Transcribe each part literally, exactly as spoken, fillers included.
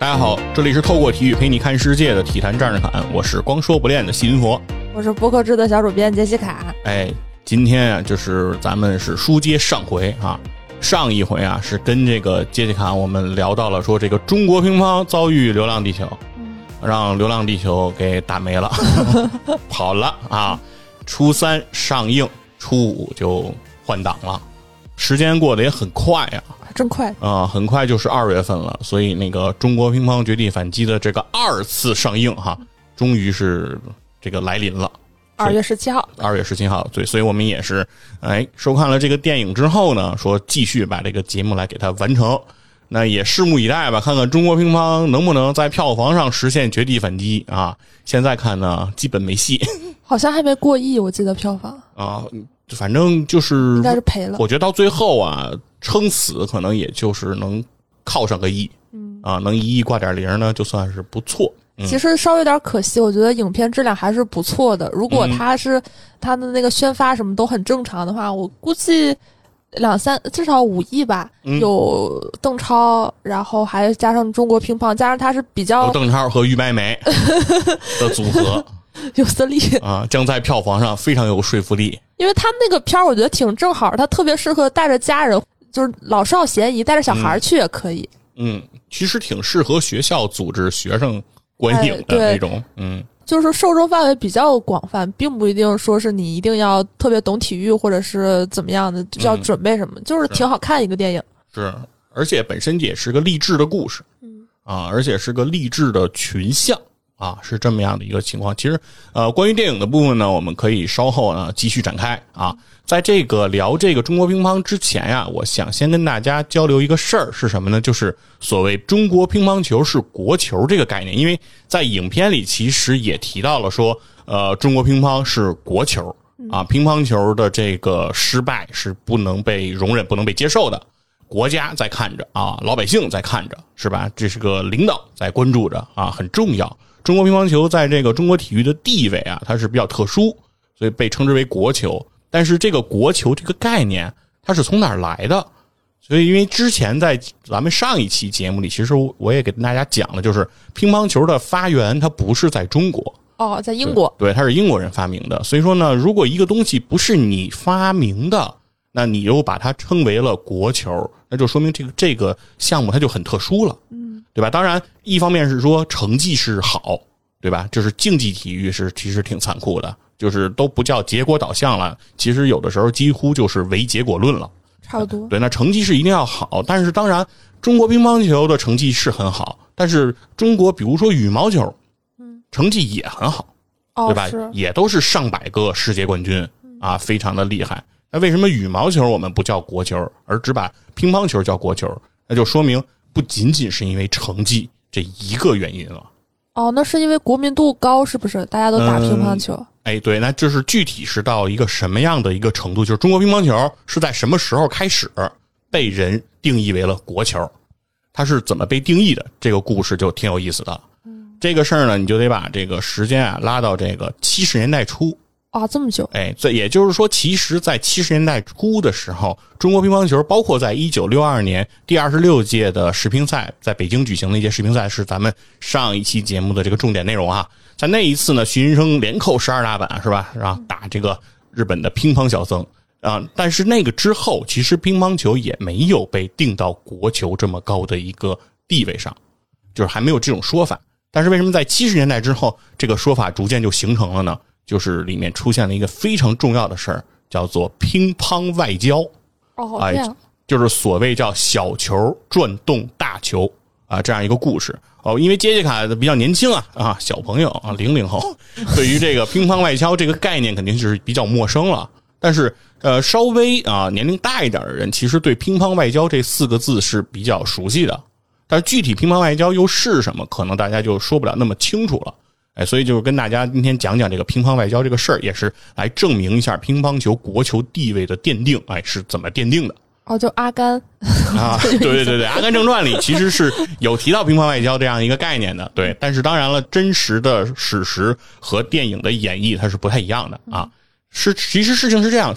家好，这里是透过体育陪你看世界的体坛战士侃，我是光说不练的细云佛， 我是播客制的小主编杰西卡。 哎，今天啊，就是咱们是书接上回啊，上一回啊是跟这个杰西卡我们聊到了说这个中国乒乓遭遇流浪地球，嗯、让流浪地球给打没了，跑了啊，初三上映，初五就换档了，时间过得也很快啊。 真快啊、呃！很快就是二月份了，所以那个中国乒乓绝地反击的这个二次上映哈，终于是这个来临了。 二月十七号， 二月十七号，对，所以我们也是哎收看了这个电影之后呢，说继续把这个节目来给它完成。那也拭目以待吧，看看中国乒乓能不能在票房上实现绝地反击啊！现在看呢，基本没戏， 好像还没过亿，我记得票房啊，反正就是应该是赔了。 我觉得到最后啊。撑死可能也就是能靠上个亿，嗯啊，能一亿挂点零呢，就算是不错。嗯、 其实稍微有点可惜，我觉得影片质量还是不错的。如果他是他的那个宣发什么都很正常的话，我估计两三至少五亿吧，嗯、有邓超，然后还加上中国乒乓，加上他是比较有邓超和于白眉的组合。 有色力啊，将在票房上非常有说服力。 因为他那个片儿，我觉得挺正好，他特别适合带着家人。就是老少咸宜，带着小孩去也可以。 嗯，嗯其实挺适合学校组织学生观影的那种。哎、嗯， 就是受众范围比较广泛，并不一定说是你一定要特别懂体育或者是怎么样的，就要准备什么，嗯、就是挺好看一个电影。 是，而且本身也是个励志的故事。嗯啊，而且是个励志的群像。啊，是这么样的一个情况。其实，呃，关于电影的部分呢，我们可以稍后呢继续展开啊。在这个聊这个中国乒乓之前呀，我想先跟大家交流一个事儿，是什么呢？就是所谓中国乒乓球是国球这个概念。因为在影片里其实也提到了说，呃，中国乒乓是国球啊，乒乓球的这个失败是不能被容忍、不能被接受的。国家在看着啊，老百姓在看着，是吧？这是个领导在关注着啊，很重要。中国乒乓球在这个中国体育的地位啊，它是比较特殊，所以被称之为国球。但是这个国球这个概念，它是从哪儿来的？所以因为之前在咱们上一期节目里，其实我也给大家讲了，就是乒乓球的发源它不是在中国哦，在英国， 对，对它是英国人发明的。所以说呢，如果一个东西不是你发明的，那你又把它称为了国球，那就说明这个这个项目它就很特殊了。嗯。对吧？当然，一方面是说成绩是好，对吧？就是竞技体育是其实挺残酷的，就是都不叫结果导向了，其实有的时候几乎就是唯结果论了。 差不多。 对，那成绩是一定要好，但是当然，中国乒乓球的成绩是很好，但是中国比如说羽毛球，嗯，成绩也很好， 哦、 对吧？也都是上百个世界冠军啊，非常的厉害。那为什么羽毛球我们不叫国球，而只把乒乓球叫国球？那就说明。不仅仅是因为成绩这一个原因了。 哦，那是因为国民度高，是不是？大家都打乒乓球。 嗯、哎，对，那就是具体是到一个什么样的一个程度？就是中国乒乓球是在什么时候开始被人定义为了国球？它是怎么被定义的？这个故事就挺有意思的。嗯、这个事儿呢，你就得把这个时间啊拉到这个七十年代初。 啊，这么久！ 哎，这也就是说，其实，在七十年代初的时候，中国乒乓球，包括在一九六二年第二十六届的世乒赛，在北京举行的一届世乒赛，是咱们上一期节目的这个重点内容啊。在那一次呢，徐云生连扣十二大板，是吧？然后打这个日本的乒乓小僧啊。但是那个之后，其实乒乓球也没有被定到国球这么高的一个地位上，就是还没有这种说法。但是为什么在七十年代之后，这个说法逐渐就形成了呢？就是里面出现了一个非常重要的事儿，叫做乒乓外交。 哦，这样、 哎，就是所谓叫小球转动大球啊，这样一个故事。哦，因为杰西卡比较年轻啊，啊，小朋友啊，零零后，对于这个乒乓外交这个概念肯定是比较陌生了。但是，呃，稍微啊年龄大一点的人，其实对乒乓外交这四个字是比较熟悉的。但是具体乒乓外交又是什么，可能大家就说不了那么清楚了。哎，所以就是跟大家今天讲讲这个乒乓外交这个事儿，也是来证明一下乒乓球国球地位的奠定，哎，是怎么奠定的？ 哦，就阿甘啊，对对对对，《阿甘正传》里其实是有提到乒乓外交这样一个概念的，对。但是当然了，真实的史实和电影的演绎它是不太一样的啊。是，其实事情是这样，是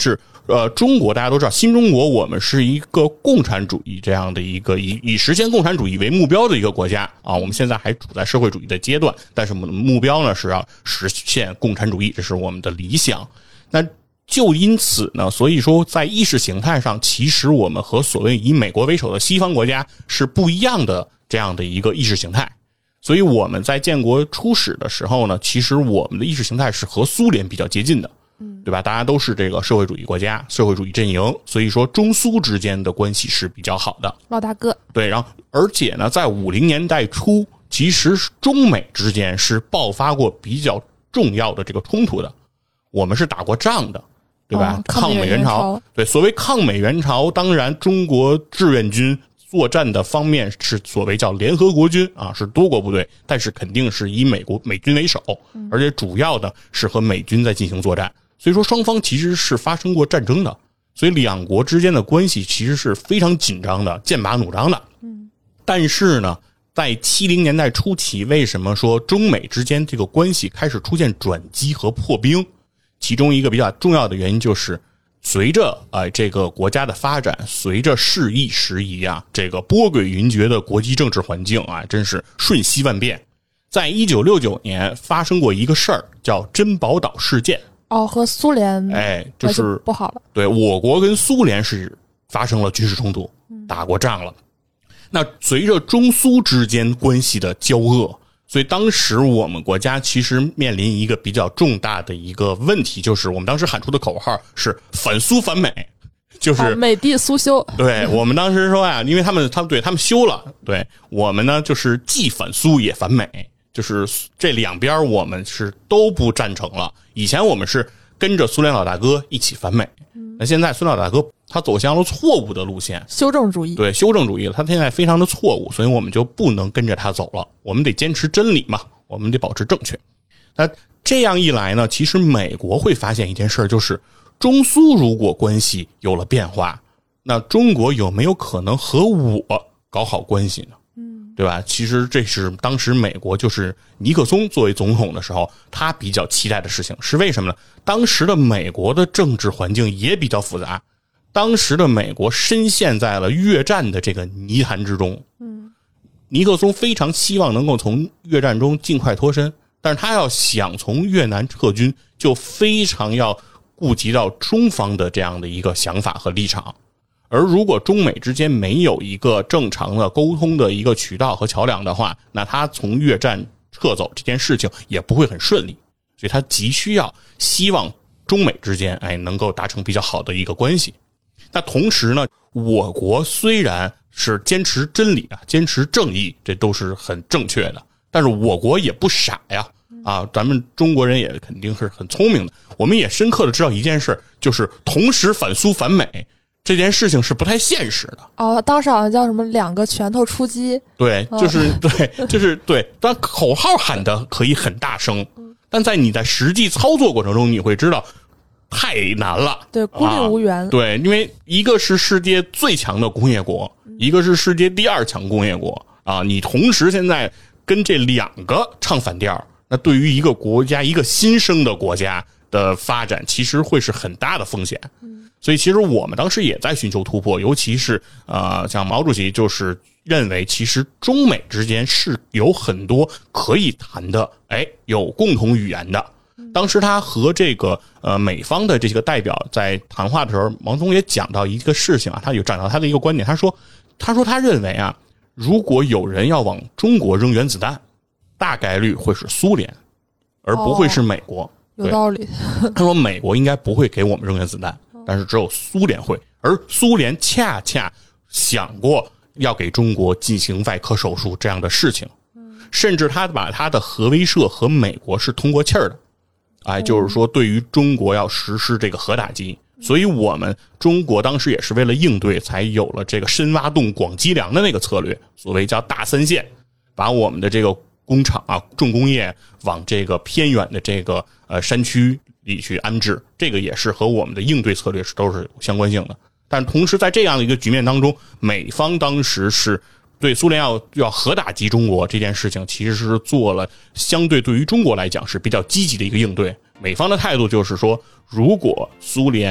呃，中国大家都知道，新中国我们是一个共产主义这样的一个以以实现共产主义为目标的一个国家啊。我们现在还处在社会主义的阶段，但是我们的目标呢是要实现共产主义，这是我们的理想。那就因此呢，所以说在意识形态上，其实我们和所谓以美国为首的西方国家是不一样的这样的一个意识形态。所以我们在建国初始的时候呢，其实我们的意识形态是和苏联比较接近的，对吧？大家都是这个社会主义国家、社会主义阵营，所以说中苏之间的关系是比较好的。 老大哥， 对，然后而且呢，在五零年代初，其实中美之间是爆发过比较重要的这个冲突的，我们是打过仗的，对吧？ 哦、 抗美援朝，对，所谓抗美援朝，当然中国志愿军作战的方面是所谓叫联合国军啊，是多国部队，但是肯定是以美国美军为首，而且主要的是和美军在进行作战，所以说双方其实是发生过战争的，所以两国之间的关系其实是非常紧张的，剑拔弩张的。嗯，但是呢，在七零年代初期，为什么说中美之间这个关系开始出现转机和破冰？其中一个比较重要的原因就是。随着呃这个国家的发展，随着世易时移啊，这个波诡云谲的国际政治环境啊，真是瞬息万变。在一九六九年发生过一个事儿，叫珍宝岛事件。 哦，和苏联哎，就是不好了。 对，我国跟苏联是发生了军事冲突，打过仗了。那随着中苏之间关系的交恶。所以当时我们国家其实面临一个比较重大的一个问题，就是我们当时喊出的口号是反苏反美，就是、 啊、美帝苏修。 对，我们当时说呀，因为他们他们对他们修了，对我们呢就是既反苏也反美，就是这两边我们是都不赞成了。以前我们是跟着苏联老大哥一起反美，那现在苏联老大哥他走向了错误的路线， 修正主义。 对，修正主义了，他现在非常的错误，所以我们就不能跟着他走了，我们得坚持真理嘛，我们得保持正确。那这样一来呢，其实美国会发现一件事，就是中苏如果关系有了变化，那中国有没有可能和我搞好关系呢？嗯，对吧？其实这是当时美国就是尼克松作为总统的时候，他比较期待的事情，是为什么呢？当时的美国的政治环境也比较复杂。当时的美国深陷在了越战的这个泥潭之中，嗯，尼克松非常希望能够从越战中尽快脱身，但是他要想从越南撤军，就非常要顾及到中方的这样的一个想法和立场。而如果中美之间没有一个正常的沟通的一个渠道和桥梁的话，那他从越战撤走这件事情也不会很顺利，所以他急需要希望中美之间哎能够达成比较好的一个关系。那同时呢，我国虽然是坚持真理啊，坚持正义，这都是很正确的，但是我国也不傻呀，啊，咱们中国人也肯定是很聪明的，我们也深刻的知道一件事，就是同时反苏反美这件事情是不太现实的。 哦，当时好像叫什么两个拳头出击。 对，就是、哦、对，就是对，但口号喊的可以很大声，但在你在实际操作过程中，你会知道。太难了， 对，孤立无援、 啊。对，因为一个是世界最强的工业国，一个是世界第二强工业国啊，你同时现在跟这两个唱反调，那对于一个国家，一个新生的国家的发展，其实会是很大的风险。所以，其实我们当时也在寻求突破，尤其是呃，像毛主席就是认为，其实中美之间是有很多可以谈的，哎，有共同语言的。当时他和这个呃美方的这些个代表在谈话的时候，毛泽东也讲到一个事情啊，他有讲到他的一个观点，他说，他说他认为啊，如果有人要往中国扔原子弹，大概率会是苏联，而不会是美国。 哦、有道理。 他说美国应该不会给我们扔原子弹，但是只有苏联会，而苏联恰恰想过要给中国进行外科手术这样的事情，甚至他把他的核威慑和美国是通过气儿的。哎，就是说对于中国要实施这个核打击，所以我们中国当时也是为了应对才有了这个深挖洞广积粮的那个策略，所谓叫大三线，把我们的这个工厂啊重工业往这个偏远的这个呃山区里去安置，这个也是和我们的应对策略是都是有相关性的。但同时在这样的一个局面当中，美方当时是对苏联要要核打击中国这件事情，其实是做了相对对于中国来讲是比较积极的一个应对。美方的态度就是说，如果苏联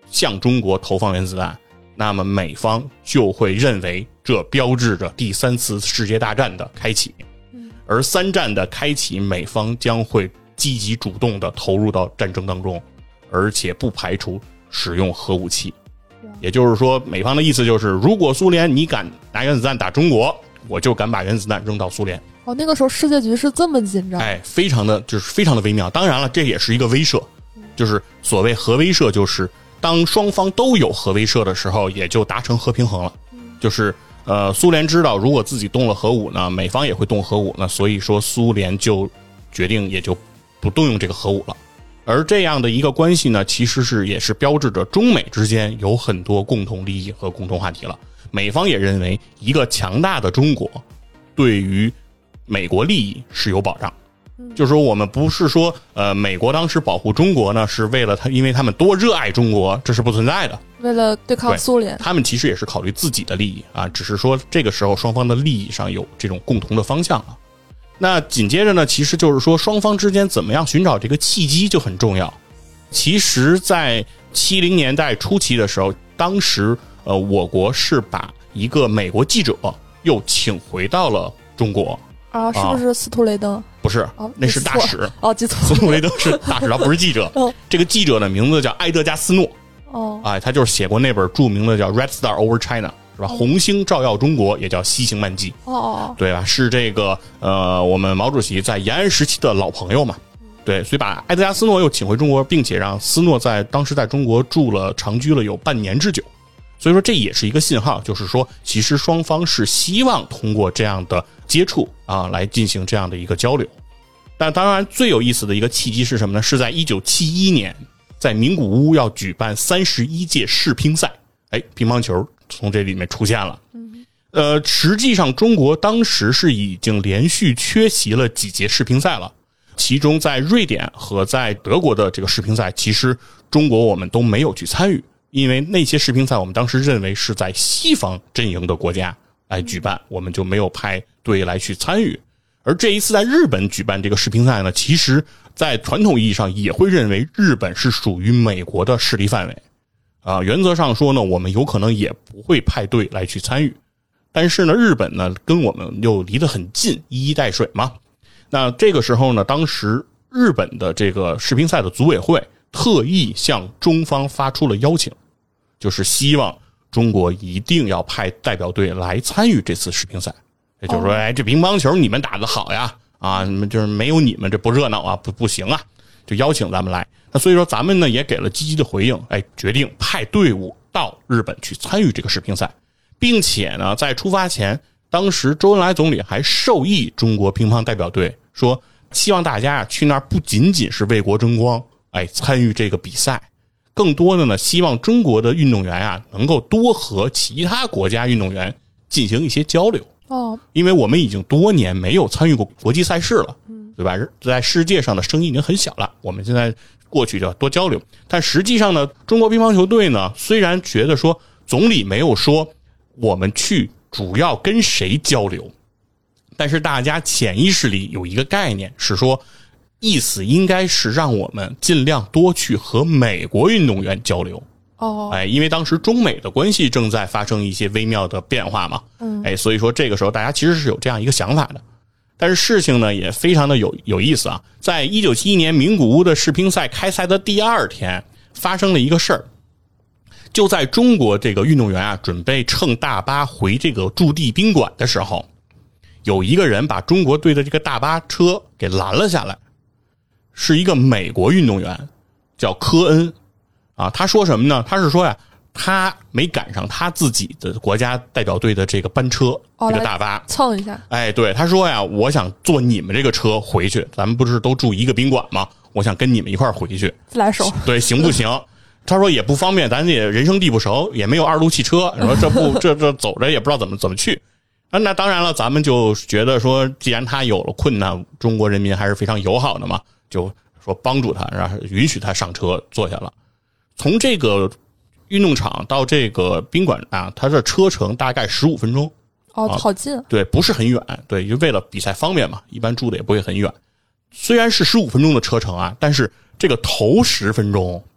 向中国投放原子弹，那么美方就会认为这标志着第三次世界大战的开启。而三战的开启，美方将会积极主动地投入到战争当中，而且不排除使用核武器。也就是说，美方的意思就是，如果苏联你敢拿原子弹打中国，我就敢把原子弹扔到苏联。 哦，那个时候世界局势这么紧张， 哎，非常的就是非常的微妙。当然了，这也是一个威慑，就是所谓核威慑，就是当双方都有核威慑的时候，也就达成核平衡了。就是呃，苏联知道如果自己动了核武呢，美方也会动核武呢，所以说苏联就决定也就不动用这个核武了。而这样的一个关系呢，其实是也是标志着中美之间有很多共同利益和共同话题了。美方也认为一个强大的中国对于美国利益是有保障，就是说我们不是说呃美国当时保护中国呢是为了他，因为他们多热爱中国，这是不存在的。 为了对抗苏联， 他们其实也是考虑自己的利益啊，只是说这个时候双方的利益上有这种共同的方向了。那紧接着呢，其实就是说双方之间怎么样寻找这个契机就很重要。其实在七零年代初期的时候，当时呃我国是把一个美国记者又请回到了中国啊，是不是斯图雷登？啊、 不是、哦，那是大使。 哦，记错了， 斯图雷登是大使，他不是记者。哦、这个记者的名字叫埃德加斯诺。 哦， 哎，他就是写过那本著名的叫《Red Star Over China》。是吧？红星照耀中国，也叫西行漫记。 哦哦， 对吧？是这个呃，我们毛主席在延安时期的老朋友嘛。对，所以把埃德加斯诺又请回中国，并且让斯诺在当时在中国住了长居了有半年之久。所以说这也是一个信号，就是说其实双方是希望通过这样的接触啊来进行这样的一个交流。但当然最有意思的一个契机是什么呢？是在一九七一年，在名古屋要举办三十一届世乒赛，哎，乒乓球从这里面出现了。呃，实际上中国当时是已经连续缺席了几届世乒赛了，其中在瑞典和在德国的这个世乒赛，其实中国我们都没有去参与，因为那些世乒赛我们当时认为是在西方阵营的国家来举办，我们就没有派队来去参与。而这一次在日本举办这个世乒赛呢，其实在传统意义上也会认为日本是属于美国的势力范围。啊，原则上说呢，我们有可能也不会派队来去参与，但是呢，日本呢跟我们又离得很近，一衣带水嘛。那这个时候呢，当时日本的这个世乒赛的组委会特意向中方发出了邀请，就是希望中国一定要派代表队来参与这次世乒赛。也就是说，哎，这乒乓球你们打得好呀，啊，你们就是没有你们这不热闹啊，不不行啊，就邀请咱们来。那所以说咱们呢也给了积极的回应，哎，决定派队伍到日本去参与这个世乒赛，并且呢在出发前，当时周恩来总理还授意中国乒乓代表队说，希望大家去那儿不仅仅是为国争光，哎，参与这个比赛，更多的呢希望中国的运动员啊能够多和其他国家运动员进行一些交流。 哦， 因为我们已经多年没有参与过国际赛事了，嗯，对吧？在世界上的声音已经很小了，我们现在过去就要多交流。但实际上呢，中国乒乓球队呢，虽然觉得说总理没有说我们去主要跟谁交流，但是大家潜意识里有一个概念是说，意思应该是让我们尽量多去和美国运动员交流。 哦， 哎，因为当时中美的关系正在发生一些微妙的变化嘛，嗯，哎，所以说这个时候大家其实是有这样一个想法的。但是事情呢也非常的有有意思啊，在一九七一年名古屋的世乒赛开赛的第二天，发生了一个事儿。就在中国这个运动员啊准备乘大巴回这个驻地宾馆的时候，有一个人把中国队的这个大巴车给拦了下来，是一个美国运动员，叫科恩。啊，他说什么呢？他是说呀，他没赶上他自己的国家代表队的这个班车， 哦、 这个大巴蹭一下。 哎，对，他说呀，我想坐你们这个车回去，咱们不是都住一个宾馆吗？我想跟你们一块儿回去。 自来熟。 对，行不行？他说也不方便，咱也人生地不熟，也没有二路汽车，说这不这这走着也不知道怎么怎么去。啊，那当然了，咱们就觉得说，既然他有了困难，中国人民还是非常友好的嘛，就说帮助他，然后允许他上车坐下了。从这个运动场到这个宾馆啊，它的车程大概十五分钟。 哦，好近、啊。 对，不是很远。对，就为了比赛方便嘛，一般住的也不会很远。虽然是十五分钟的车程啊，但是这个头十分钟，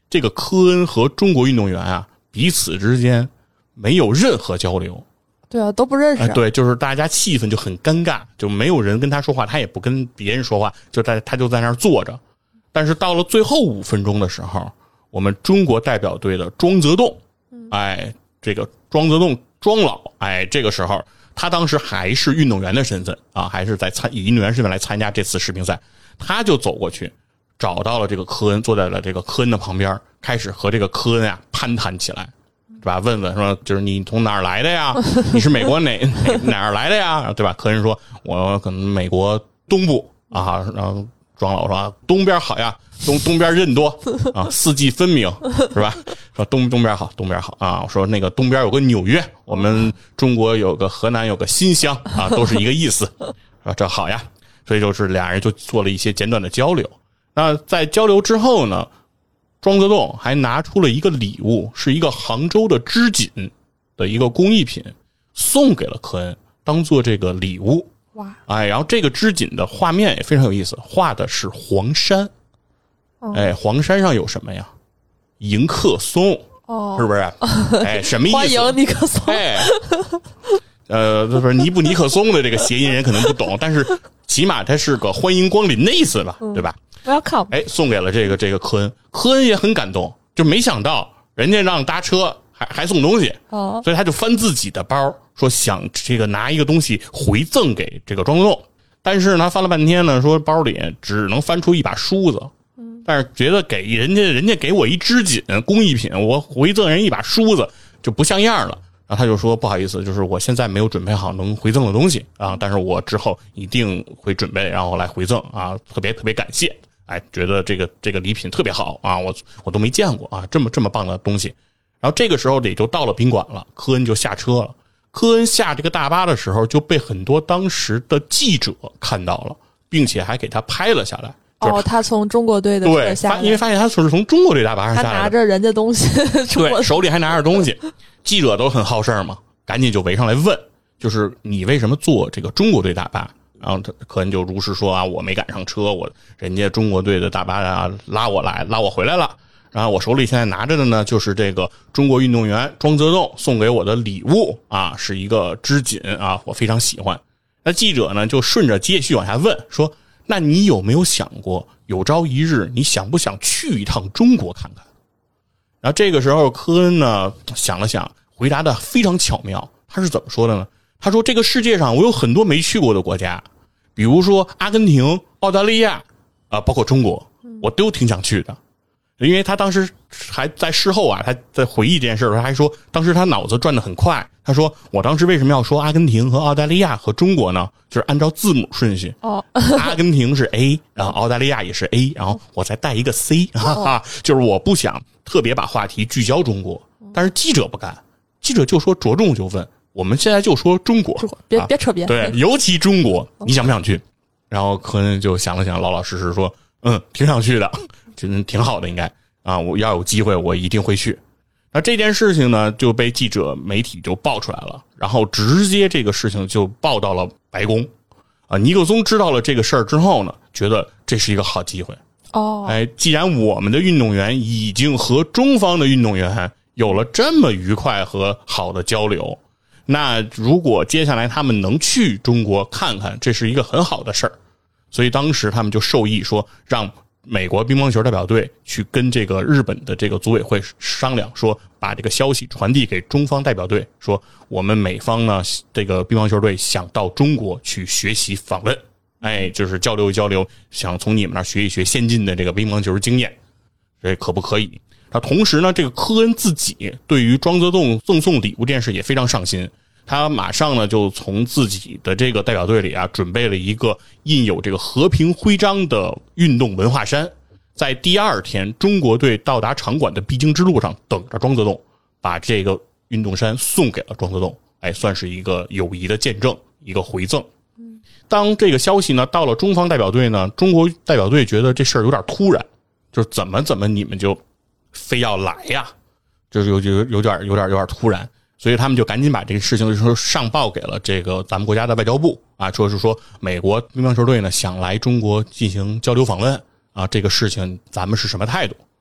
这个科恩和中国运动员啊彼此之间没有任何交流。 对啊，都不认识、啊呃。对，就是大家气氛就很尴尬，就没有人跟他说话，他也不跟别人说话，就在他就在那儿坐着。但是到了最后五分钟的时候，我们中国代表队的庄则栋，哎，这个庄则栋庄老，哎，这个时候他当时还是运动员的身份啊，还是在参以运动员身份来参加这次世乒赛，他就走过去，找到了这个科恩，坐在了这个科恩的旁边，开始和这个科恩啊攀谈起来。对吧？问问说，就是你从哪儿来的呀？你是美国哪哪哪儿来的呀？对吧？科恩说，我可能美国东部啊。然后庄老说，东边好呀，东东边人多啊，四季分明，是吧？说东东边好，东边好啊。我说那个东边有个纽约，我们中国有个河南有个新乡啊，都是一个意思。说这好呀，所以就是俩人就做了一些简短的交流。那在交流之后呢？庄则栋还拿出了一个礼物，是一个杭州的织锦的一个工艺品，送给了科恩，当做这个礼物。 哇！ 哎，然后这个织锦的画面也非常有意思，画的是黄山。哦、哎，黄山上有什么呀？迎客松。哦，是不是？哎，什么意思？ 欢迎尼克松。 哎，呃，不是尼布尼克松的这个谐音人可能不懂，但是起码它是个欢迎光临的意思吧，嗯、对吧？ Welcome， 哎，送给了这个这个科恩，科恩也很感动，就没想到人家让搭车还还送东西，哦，所以他就翻自己的包，说想这个拿一个东西回赠给这个庄则栋，但是呢翻了半天呢，说包里只能翻出一把梳子，嗯，但是觉得给人家人家给我一织锦工艺品，我回赠人一把梳子就不像样了。然后他就说不好意思，就是我现在没有准备好能回赠的东西啊，但是我之后一定会准备，然后来回赠啊，特别特别感谢。哎，觉得这个这个礼品特别好啊，我我都没见过啊，这么这么棒的东西。然后这个时候也就到了宾馆了，科恩就下车了。科恩下这个大巴的时候就被很多当时的记者看到了，并且还给他拍了下来。 哦，他从中国队的车下来， 对，因为发现他是从中国队大巴上下来的， 他拿着人家东西， 对，手里还拿着东西。记者都很好事嘛，赶紧就围上来问，就是你为什么坐这个中国队大巴？然后他科恩就如实说啊，我没赶上车，我人家中国队的大巴啊拉我来，拉我回来了。然后我手里现在拿着的呢，就是这个中国运动员庄则栋送给我的礼物啊，是一个织锦啊，我非常喜欢。那记者呢就顺着接续往下问说，那你有没有想过有朝一日你想不想去一趟中国看看？然后这个时候科恩呢想了想，回答的非常巧妙。他是怎么说的呢？他说这个世界上我有很多没去过的国家，比如说阿根廷、澳大利亚啊、呃，包括中国，我都挺想去的。因为他当时还在事后啊，他在回忆这件事的时候还说，当时他脑子转得很快。他说我当时为什么要说阿根廷和澳大利亚和中国呢？就是按照字母顺序。哦，阿根廷是 A， 然后澳大利亚也是 A， 然后我再带一个 C， 哈哈，就是我不想特别把话题聚焦中国。但是记者不干，记者就说着重就问，我们现在就说中国， 别别扯别。 对，尤其中国，你想不想去？然后科恩就想了想，老老实实说，嗯，挺想去的，真挺好的，应该啊，我要有机会我一定会去。那这件事情呢就被记者媒体就爆出来了，然后直接这个事情就报到了白宫啊。尼克松知道了这个事儿之后呢，觉得这是一个好机会哦。哎，既然我们的运动员已经和中方的运动员有了这么愉快和好的交流，那如果接下来他们能去中国看看，这是一个很好的事儿。所以当时他们就授意说，让美国乒乓球代表队去跟这个日本的这个组委会商量，说把这个消息传递给中方代表队，说我们美方呢这个乒乓球队想到中国去学习访问，哎，就是交流一交流，想从你们那儿学一学先进的这个乒乓球经验，这可不可以？那同时呢，这个科恩自己对于庄则栋赠送礼物这件事也非常上心，他马上呢就从自己的这个代表队里啊准备了一个印有这个和平徽章的运动文化衫，在第二天中国队到达场馆的必经之路上等着庄则栋，把这个运动衫送给了庄则栋，哎，算是一个友谊的见证，一个回赠。当这个消息呢到了中方代表队呢，中国代表队觉得这事儿有点突然，就是怎么怎么你们就非要来呀，就是有有有点有点有点突然，所以他们就赶紧把这个事情就上报给了这个咱们国家的外交部啊，说是说美国乒乓球队呢想来中国进行交流访问啊，这个事情咱们是什么态度？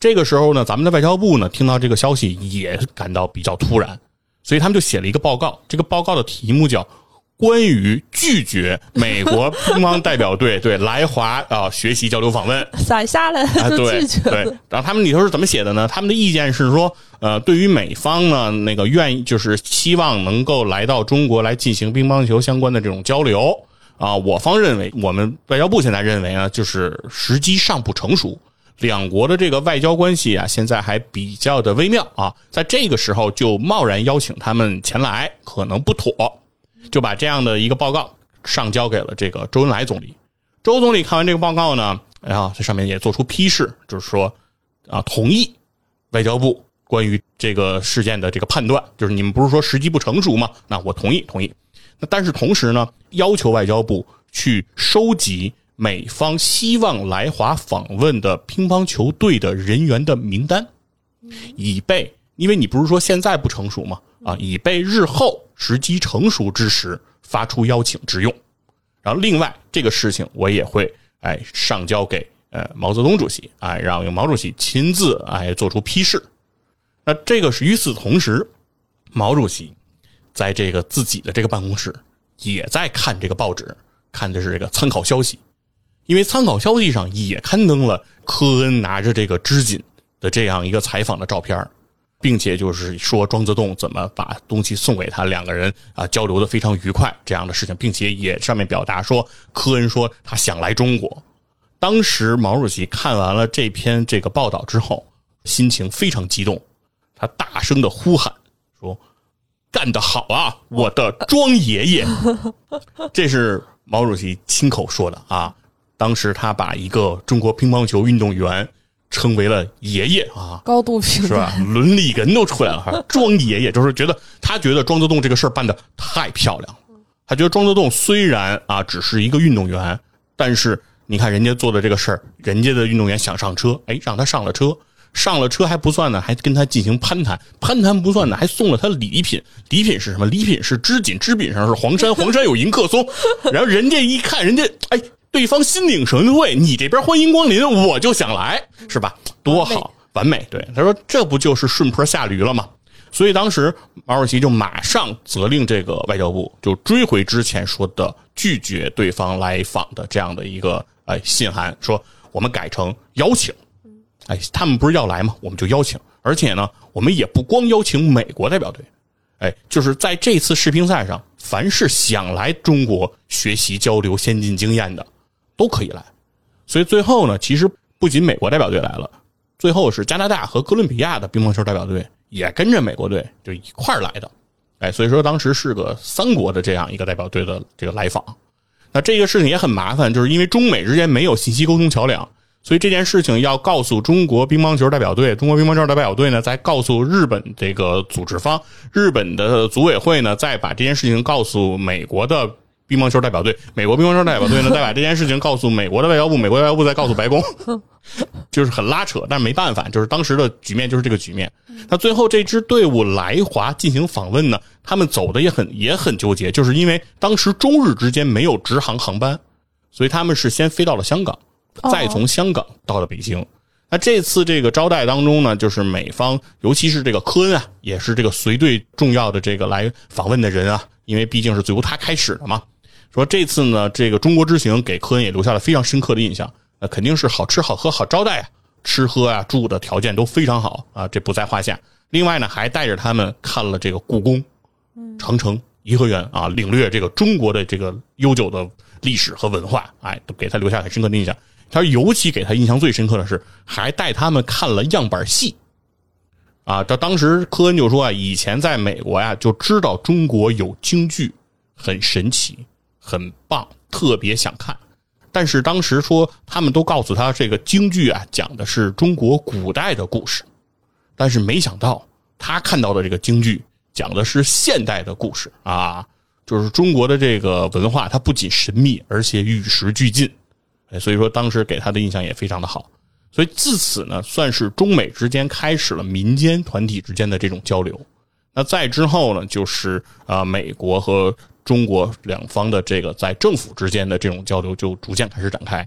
这个时候呢，咱们的外交部呢听到这个消息也感到比较突然，所以他们就写了一个报告，这个报告的题目叫关于拒绝美国乒乓代表队对来华啊学习交流访问， 伞下来就拒绝了、啊、 对, 对然后他们里头是怎么写的呢？他们的意见是说呃对于美方呢那个愿意就是希望能够来到中国来进行乒乓球相关的这种交流啊，我方认为，我们外交部现在认为呢，就是时机尚不成熟，两国的这个外交关系啊，现在还比较的微妙啊，在这个时候就贸然邀请他们前来，可能不妥，就把这样的一个报告上交给了这个周恩来总理。周总理看完这个报告呢，然后在上面也做出批示，就是说啊，同意外交部关于这个事件的这个判断，就是你们不是说时机不成熟吗？那我同意，同意。那但是同时呢，要求外交部去收集美方希望来华访问的乒乓球队的人员的名单，以备，因为你不是说现在不成熟吗？啊，以备日后时机成熟之时发出邀请之用。然后另外这个事情我也会哎上交给呃毛泽东主席，哎让毛主席亲自哎做出批示。那这个是与此同时，毛主席在这个自己的这个办公室也在看这个报纸，看的是这个参考消息，因为参考消息上也刊登了科恩拿着这个织锦的这样一个采访的照片，并且就是说庄则栋怎么把东西送给他，两个人啊交流的非常愉快这样的事情，并且也上面表达说科恩说他想来中国。当时毛主席看完了这篇这个报道之后，心情非常激动，他大声的呼喊说干得好啊，我的庄爷爷！这是毛主席亲口说的啊。当时他把一个中国乒乓球运动员称为了爷爷啊， 高度评价是吧？伦理哏都出来了哈，庄爷爷就是觉得他觉得庄则栋这个事儿办得太漂亮了。他觉得庄则栋虽然啊只是一个运动员，但是你看人家做的这个事儿，人家的运动员想上车，哎，让他上了车。上了车还不算呢，还跟他进行攀谈，攀谈不算呢，还送了他礼品。礼品是什么？礼品是织锦，织锦上是黄山，黄山有迎客松。然后人家一看，人家哎，对方心领神会，你这边欢迎光临，我就想来，是吧？多好，完美。对，他说这不就是顺坡下驴了吗？所以当时毛主席就马上责令这个外交部就追回之前说的拒绝对方来访的这样的一个哎信函，说我们改成邀请。哎，他们不是要来吗？我们就邀请，而且呢，我们也不光邀请美国代表队，哎，就是在这次世乒赛上，凡是想来中国学习交流先进经验的，都可以来。所以最后呢，其实不仅美国代表队来了，最后是加拿大和哥伦比亚的乒乓球代表队也跟着美国队就一块儿来的。哎，所以说当时是个三国的这样一个代表队的这个来访。那这个事情也很麻烦，就是因为中美之间没有信息沟通桥梁。所以这件事情要告诉中国乒乓球代表队，中国乒乓球代表队呢再告诉日本这个组织方，日本的组委会呢再把这件事情告诉美国的乒乓球代表队，美国乒乓球代表队呢再把这件事情告诉美国的外交部，美国外交部再告诉白宫，就是很拉扯，但是没办法，就是当时的局面就是这个局面。那最后这支队伍来华进行访问呢，他们走的也很也很纠结，就是因为当时中日之间没有直航航班，所以他们是先飞到了香港，再从香港到了北京。Oh. 那这次这个招待当中呢，就是美方尤其是这个科恩啊，也是这个随队重要的这个来访问的人啊，因为毕竟是由他开始的嘛。说这次呢，这个中国之行给科恩也留下了非常深刻的印象，那肯定是好吃好喝好招待啊，吃喝啊住的条件都非常好啊，这不在话下。另外呢，还带着他们看了这个故宫、长城、颐和园啊，领略这个中国的这个悠久的历史和文化，哎，都给他留下很深刻的印象。他尤其给他印象最深刻的是，还带他们看了样板戏。啊，这当时科恩就说啊，以前在美国呀就知道中国有京剧，很神奇，很棒，特别想看。但是当时说他们都告诉他，这个京剧啊讲的是中国古代的故事，但是没想到他看到的这个京剧讲的是现代的故事啊，就是中国的这个文化，它不仅神秘，而且与时俱进。所以说当时给他的印象也非常的好。所以自此呢，算是中美之间开始了民间团体之间的这种交流。那再之后呢，就是呃美国和中国两方的这个在政府之间的这种交流就逐渐开始展开。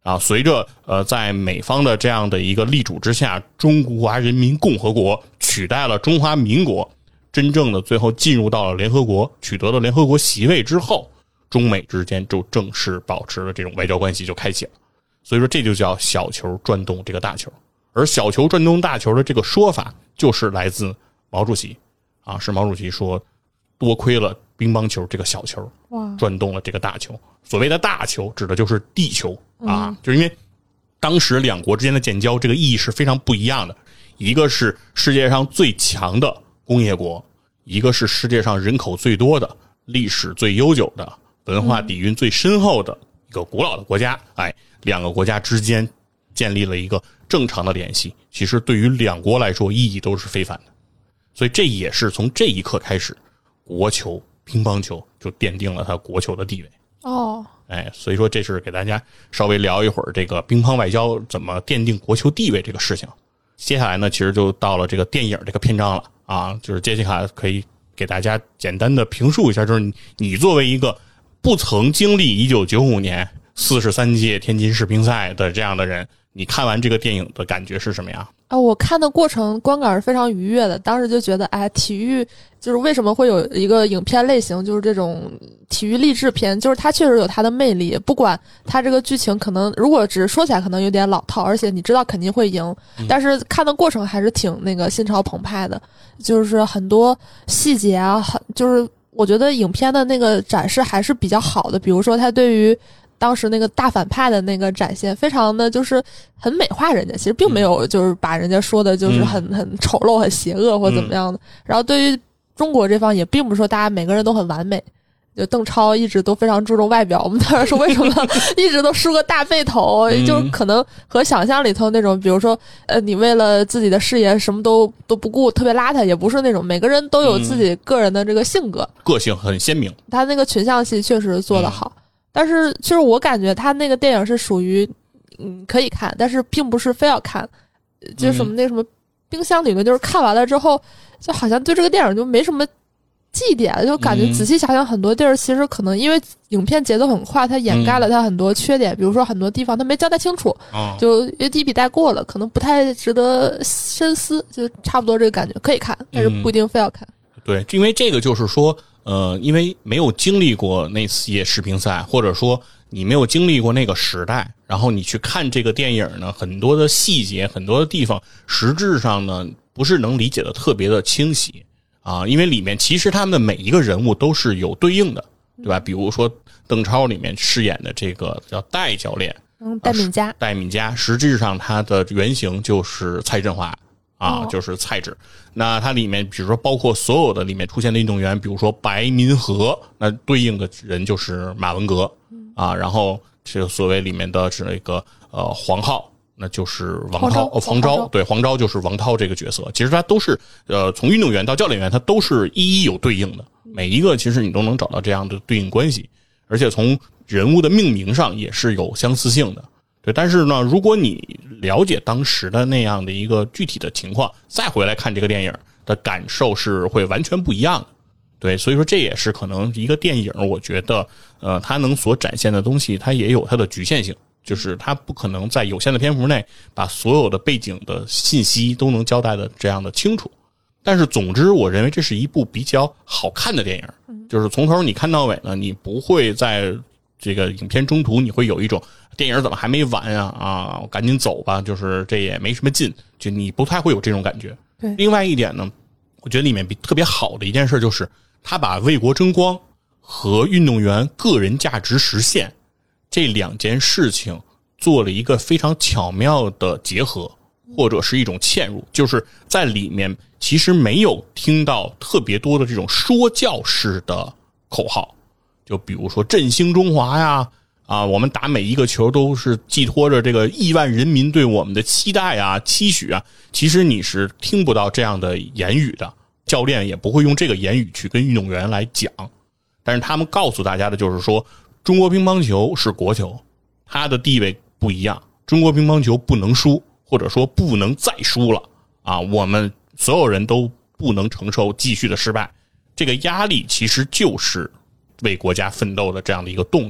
啊，随着呃在美方的这样的一个力主之下，中华人民共和国取代了中华民国，真正的最后进入到了联合国，取得了联合国席位之后，中美之间就正式保持了这种外交关系就开启了。所以说这就叫小球转动这个大球，而小球转动大球的这个说法就是来自毛主席啊，是毛主席说多亏了乒乓球这个小球转动了这个大球。所谓的大球指的就是地球啊、嗯，就是因为当时两国之间的建交这个意义是非常不一样的，一个是世界上最强的工业国，一个是世界上人口最多的、历史最悠久的、文化底蕴最深厚的一个古老的国家。哎，两个国家之间建立了一个正常的联系，其实对于两国来说意义都是非凡的。所以这也是从这一刻开始，国球乒乓球就奠定了它国球的地位。 哦， 哎，所以说这是给大家稍微聊一会儿这个乒乓外交怎么奠定国球地位这个事情。接下来呢，其实就到了这个电影这个篇章了啊，就是杰西卡可以给大家简单的评述一下，就是你你作为一个不曾经历一九九五年四十三届天津世乒赛的这样的人，你看完这个电影的感觉是什么呀？ 啊，我看的过程观感是非常愉悦的，当时就觉得，哎，体育就是为什么会有一个影片类型，就是这种体育励志片，就是它确实有它的魅力。不管它这个剧情可能，如果只是说起来可能有点老套，而且你知道肯定会赢，但是看的过程还是挺那个心潮澎湃的，就是很多细节啊，很就是我觉得影片的那个展示还是比较好的，比如说它对于当时那个大反派的那个展现非常的就是很美化人家，其实并没有就是把人家说的就是很很丑陋很邪恶或怎么样的、嗯、然后对于中国这方也并不是说大家每个人都很完美，就邓超一直都非常注重外表，我们当然说为什么一直都梳个大背头、嗯、就是可能和想象里头那种比如说呃，你为了自己的事业什么都都不顾特别邋遢，也不是那种，每个人都有自己个人的这个性格、嗯、 个性很鲜明， 他那个群像戏确实做得好、嗯，但是其实我感觉他那个电影是属于嗯可以看，但是并不是非要看，就是什么那什么冰箱理论，就是看完了之后就好像对这个电影就没什么记点，就感觉仔细想想很多地儿其实可能因为影片节奏很快，它掩盖了它很多缺点、嗯、比如说很多地方它没交代清楚、哦、就一笔带过了，可能不太值得深思，就差不多这个感觉，可以看但是不一定非要看、 嗯、对，因为这个就是说呃，因为没有经历过那届世乒赛，或者说你没有经历过那个时代，然后你去看这个电影呢，很多的细节很多的地方实质上呢不是能理解的特别的清晰啊，因为里面其实他们的每一个人物都是有对应的，对吧？比如说邓超里面饰演的这个叫戴教练， 嗯，戴敏佳， 戴敏佳实质上他的原型就是蔡振华啊、哦，就是蔡指。那它里面比如说包括所有的里面出现的运动员，比如说白民和，那对应的人就是马文革、嗯、啊，然后这个所谓里面的是那个呃黄浩，那就是王涛，哦，黄钊，对，黄钊就是王涛这个角色。其实他都是呃从运动员到教练员，他都是一一有对应的，每一个其实你都能找到这样的对应关系，而且从人物的命名上也是有相似性的。对，但是呢，如果你了解当时的那样的一个具体的情况，再回来看这个电影的感受是会完全不一样的。对，所以说这也是可能一个电影，我觉得呃它能所展现的东西它也有它的局限性，就是它不可能在有限的篇幅内把所有的背景的信息都能交代的这样的清楚。但是总之我认为这是一部比较好看的电影，就是从头你看到尾呢，你不会在这个影片中途你会有一种电影怎么还没完啊啊，我赶紧走吧，就是这也没什么劲，就你不太会有这种感觉。 对， 另外一点呢，我觉得里面比特别好的一件事就是他把为国争光和运动员个人价值实现这两件事情做了一个非常巧妙的结合，或者是一种嵌入，就是在里面其实没有听到特别多的这种说教式的口号，就比如说振兴中华呀，啊，我们打每一个球都是寄托着这个亿万人民对我们的期待啊、期许啊，其实你是听不到这样的言语的，教练也不会用这个言语去跟运动员来讲，但是他们告诉大家的就是说，中国乒乓球是国球，它的地位不一样，中国乒乓球不能输，或者说不能再输了啊！我们所有人都不能承受继续的失败，这个压力其实就是为国家奋斗的这样的一个动力。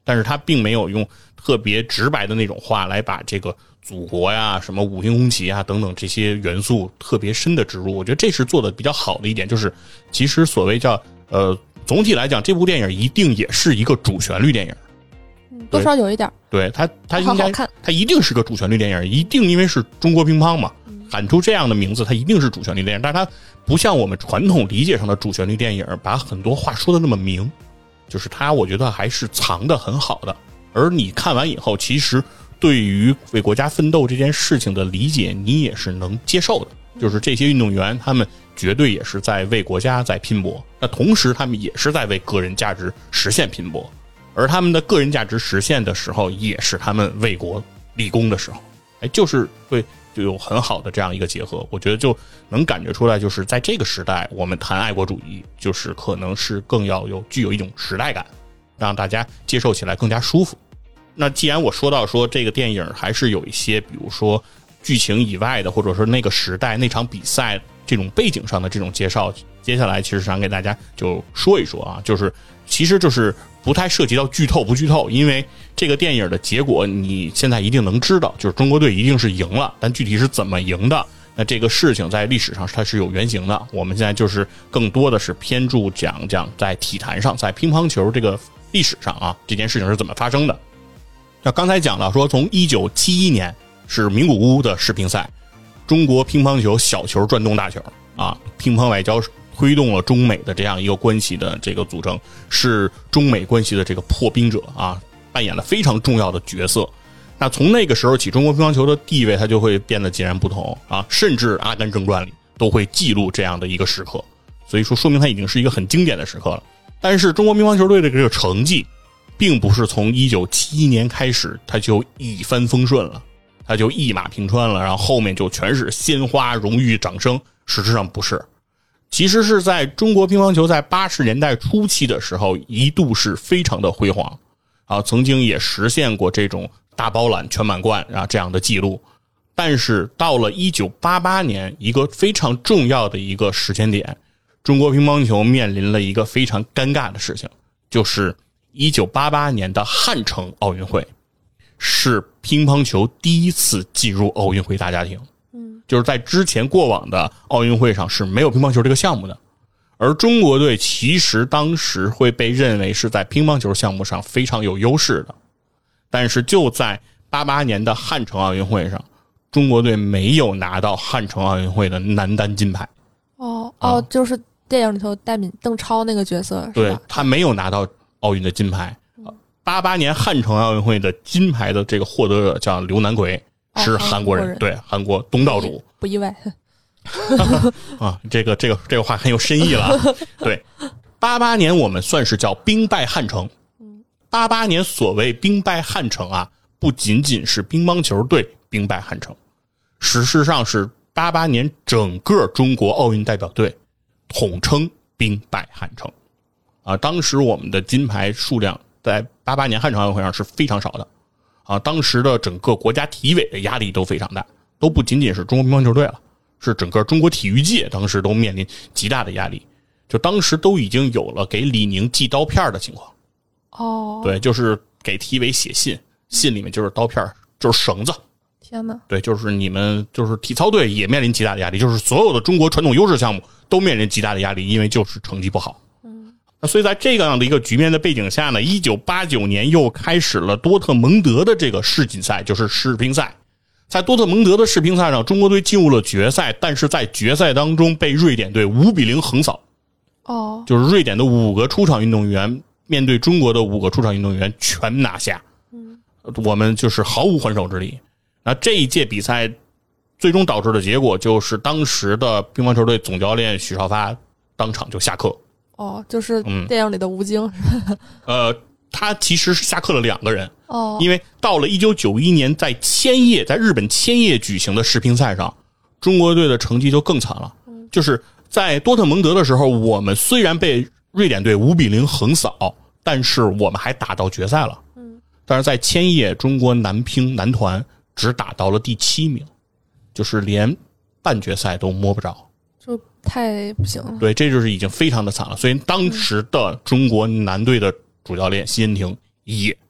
但是他并没有用特别直白的那种话来把这个祖国呀、什么五星红旗啊等等这些元素特别深的植入。我觉得这是做的比较好的一点，就是其实所谓叫呃，总体来讲，这部电影一定也是一个主旋律电影。 多少有一点， 对它，它应该好看， 它一定是个主旋律电影，一定因为是中国乒乓嘛，喊出这样的名字，它一定是主旋律电影。但是它不像我们传统理解上的主旋律电影，把很多话说的那么明，就是它，我觉得还是藏得很好的。而你看完以后，其实对于为国家奋斗这件事情的理解，你也是能接受的。就是这些运动员，他们绝对也是在为国家在拼搏，那同时他们也是在为个人价值实现拼搏。而他们的个人价值实现的时候，也是他们为国立功的时候，哎，就是会就有很好的这样一个结合。我觉得就能感觉出来，就是在这个时代，我们谈爱国主义，就是可能是更要有具有一种时代感，让大家接受起来更加舒服。那既然我说到说这个电影还是有一些，比如说剧情以外的，或者说那个时代那场比赛这种背景上的这种介绍，接下来其实想给大家就说一说啊，就是其实就是不太涉及到剧透不剧透，因为这个电影的结果你现在一定能知道，就是中国队一定是赢了，但具体是怎么赢的，那这个事情在历史上它是有原型的。我们现在就是更多的是偏注讲讲在体坛上，在乒乓球这个历史上啊，这件事情是怎么发生的。那刚才讲了说，从一九七一年是名古屋的世乒赛，中国乒乓球小球转动大球啊，乒乓外交推动了中美的这样一个关系的这个组成，是中美关系的这个破冰者啊，扮演了非常重要的角色。那从那个时候起，中国乒乓球的地位它就会变得截然不同啊，甚至《阿甘正传》里都会记录这样的一个时刻，所以说说明它已经是一个很经典的时刻了。但是中国乒乓球队的这个成绩，并不是从一九七一年开始它就一帆风顺了，它就一马平川了，然后后面就全是鲜花、荣誉、掌声。实质上不是，其实是在中国乒乓球在八十年代初期的时候，一度是非常的辉煌啊，曾经也实现过这种大包揽、全满贯啊这样的记录。但是到了一九八八年，一个非常重要的一个时间点，中国乒乓球面临了一个非常尴尬的事情，就是一九八八年的汉城奥运会是乒乓球第一次进入奥运会大家庭。就是在之前过往的奥运会上是没有乒乓球这个项目的，而中国队其实当时会被认为是在乒乓球项目上非常有优势的，但是就在八八年的汉城奥运会上，中国队没有拿到汉城奥运会的男单金牌。 哦哦，嗯、就是电影里头戴敏邓超那个角色，是吧？ 对，他没有拿到奥运的金牌。八八年汉城奥运会的金牌的这个获得者叫刘南奎。是韩国人，哦、韩国人对韩国东道主， 不意外啊。这个这个这个话很有深意了。对，八八年我们算是叫兵败汉城。八八年所谓兵败汉城啊，不仅仅是乒乓球队兵败汉城，事实上是八八年整个中国奥运代表队统称兵败汉城啊。当时我们的金牌数量在八八年汉城奥运会上是非常少的。啊，当时的整个国家体委的压力都非常大，都不仅仅是中国乒乓球队了，是整个中国体育界当时都面临极大的压力。就当时都已经有了给李宁寄刀片的情况。 哦， 对，就是给体委写信，信里面就是刀片，就是绳子。 天哪！ 对，就是你们就是体操队也面临极大的压力，就是所有的中国传统优势项目都面临极大的压力，因为就是成绩不好。那所以在这样的一个局面的背景下呢，一九八九年又开始了多特蒙德的这个世锦赛，就是世乒赛。在多特蒙德的世乒赛上，中国队进入了决赛，但是在决赛当中被瑞典队五比零横扫。 哦， 就是瑞典的五个出场运动员面对中国的五个出场运动员全拿下。嗯，我们就是毫无还手之力。那这一届比赛最终导致的结果就是当时的乒乓球队总教练许绍发当场就下课。 哦，就是电影里的吴京。 嗯、呃，他其实是下课了两个人。 哦， 因为到了一九九一年在千叶，在日本千叶举行的世乒赛上，中国队的成绩就更惨了。嗯，就是在多特蒙德的时候，我们虽然被瑞典队五比零横扫，但是我们还打到决赛了。嗯，但是在千叶，中国男乒男团只打到了第七名，就是连半决赛都摸不着。 就太不行了。 对，这就是已经非常的惨了。所以当时的中国男队的主教练习近平也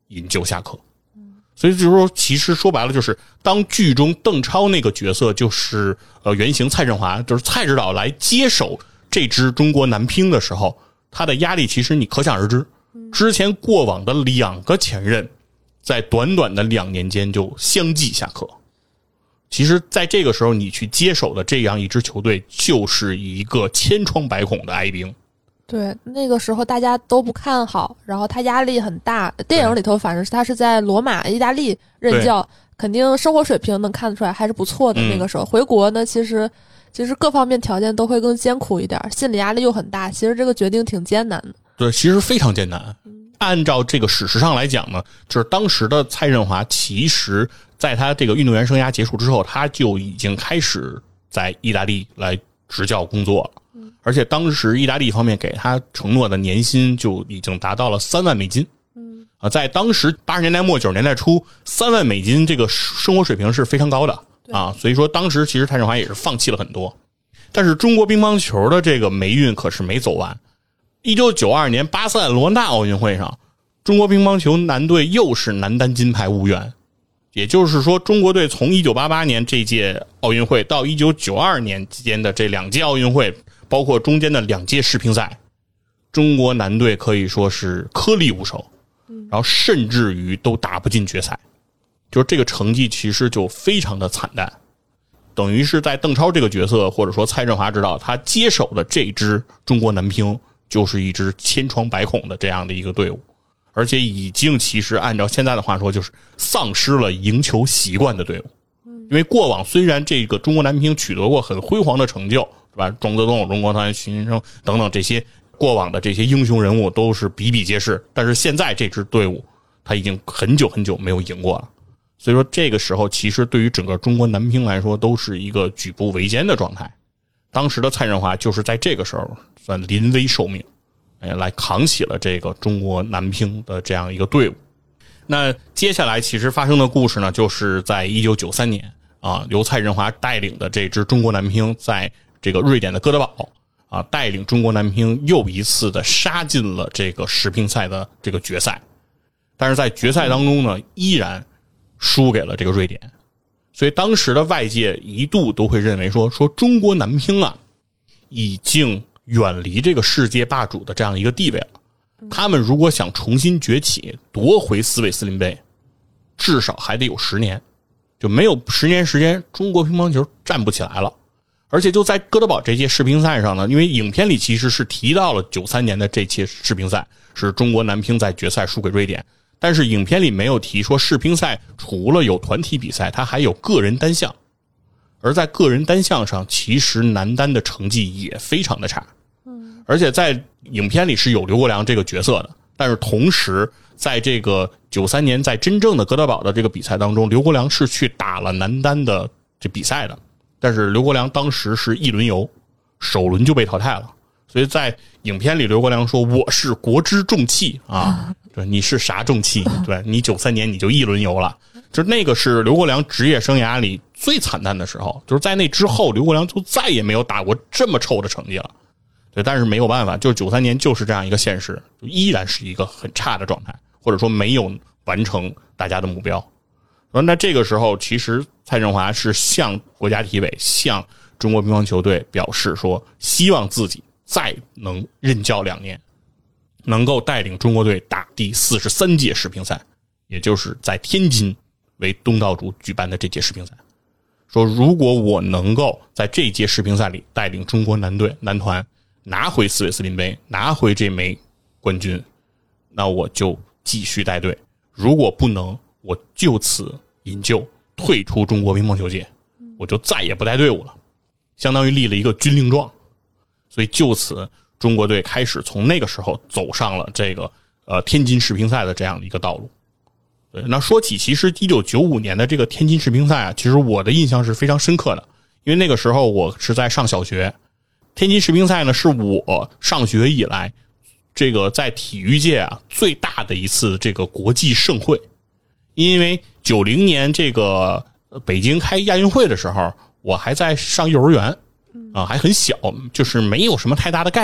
饮酒下课。所以就是说，其实说白了就是，当剧中邓超那个角色就是呃原型蔡振华，就是蔡指导来接手这支中国男乒的时候，他的压力其实你可想而知。之前过往的两个前任，在短短的两年间就相继下课。其实在这个时候你去接手的这样一支球队，就是一个千疮百孔的哀兵。 对，那个时候大家都不看好，然后他压力很大。电影里头反正是他是在罗马意大利任教，肯定生活水平能看得出来还是不错的。那个时候、嗯、回国呢，其实其实各方面条件都会更艰苦一点，心理压力又很大，其实这个决定挺艰难的。 对，其实非常艰难。按照这个史实上来讲呢，就是当时的蔡振华其实在他这个运动员生涯结束之后，他就已经开始在意大利来执教工作了。而且当时意大利方面给他承诺的年薪就已经达到了三万美金。嗯，啊，在当时八十年代末九十年代初，三万美金这个生活水平是非常高的啊，所以说当时其实蔡振华也是放弃了很多。但是中国乒乓球的这个霉运可是没走完。一九九二年巴塞罗那奥运会上，中国乒乓球男队又是男单金牌无缘。也就是说，中国队从一九八八年这届奥运会到一九九二年间的这两届奥运会，包括中间的两届世乒赛，中国男队可以说是颗粒无收，然后甚至于都打不进决赛，就是这个成绩其实就非常的惨淡。等于是在邓超这个角色，或者说蔡振华指导他接手的这支中国男乒，就是一支千疮百孔的这样的一个队伍，而且已经其实按照现在的话说，就是丧失了赢球习惯的队伍。因为过往虽然这个中国男乒取得过很辉煌的成就，是吧？庄则栋、荣国团、徐新生等等这些过往的这些英雄人物都是比比皆是，但是现在这支队伍他已经很久很久没有赢过了。所以说这个时候其实对于整个中国男乒来说都是一个举步维艰的状态。当时的蔡振华就是在这个时候算临危受命，哎，来扛起了这个中国男乒的这样一个队伍。那接下来其实发生的故事呢，就是在一九九三年啊，由蔡振华带领的这支中国男乒在这个瑞典的哥德堡啊，带领中国男乒又一次的杀进了这个世乒赛的这个决赛。但是在决赛当中呢，依然输给了这个瑞典。所以当时的外界一度都会认为说说中国男乒啊已经远离这个世界霸主的这样一个地位了。他们如果想重新崛起夺回斯韦斯林杯，至少还得有十年，就没有十年时间中国乒乓球站不起来了。而且就在哥德堡这届世乒赛上呢，因为影片里其实是提到了九三年的这届世乒赛是中国男乒在决赛输给瑞典，但是影片里没有提说世乒赛除了有团体比赛它还有个人单项，而在个人单项上其实男单的成绩也非常的差。而且在影片里是有刘国梁这个角色的，但是同时在这个九三年在真正的哥德堡的这个比赛当中，刘国梁是去打了男单的这比赛的，但是刘国梁当时是一轮游，首轮就被淘汰了。所以在影片里刘国梁说我是国之重器啊，对，你是啥重器？对，你九三年你就一轮游了。就是那个是刘国梁职业生涯里最惨淡的时候，就是在那之后刘国梁就再也没有打过这么臭的成绩了。对，但是没有办法，就是九三年就是这样一个现实，依然是一个很差的状态，或者说没有完成大家的目标。那这个时候其实蔡振华是向国家体委向中国乒乓球队表示说希望自己再能任教两年，能够带领中国队打第四十三届世乒赛，也就是在天津为东道主举办的这届世乒赛。说如果我能够在这届世乒赛里带领中国男队男团拿回斯韦斯林杯，拿回这枚冠军，那我就继续带队，如果不能，我就此引咎退出中国乒乓球界，我就再也不带队伍了，相当于立了一个军令状。所以就此中国队开始从那个时候走上了这个呃天津世乒赛的这样的一个道路。对，那说起其实一九九五年的这个天津世乒赛啊，其实我的印象是非常深刻的，因为那个时候我是在上小学。天津世乒赛呢是我上学以来这个在体育界啊最大的一次这个国际盛会。因为九零年这个北京开亚运会的时候，我还在上幼儿园啊，还很小，就是没有什么太大的概念。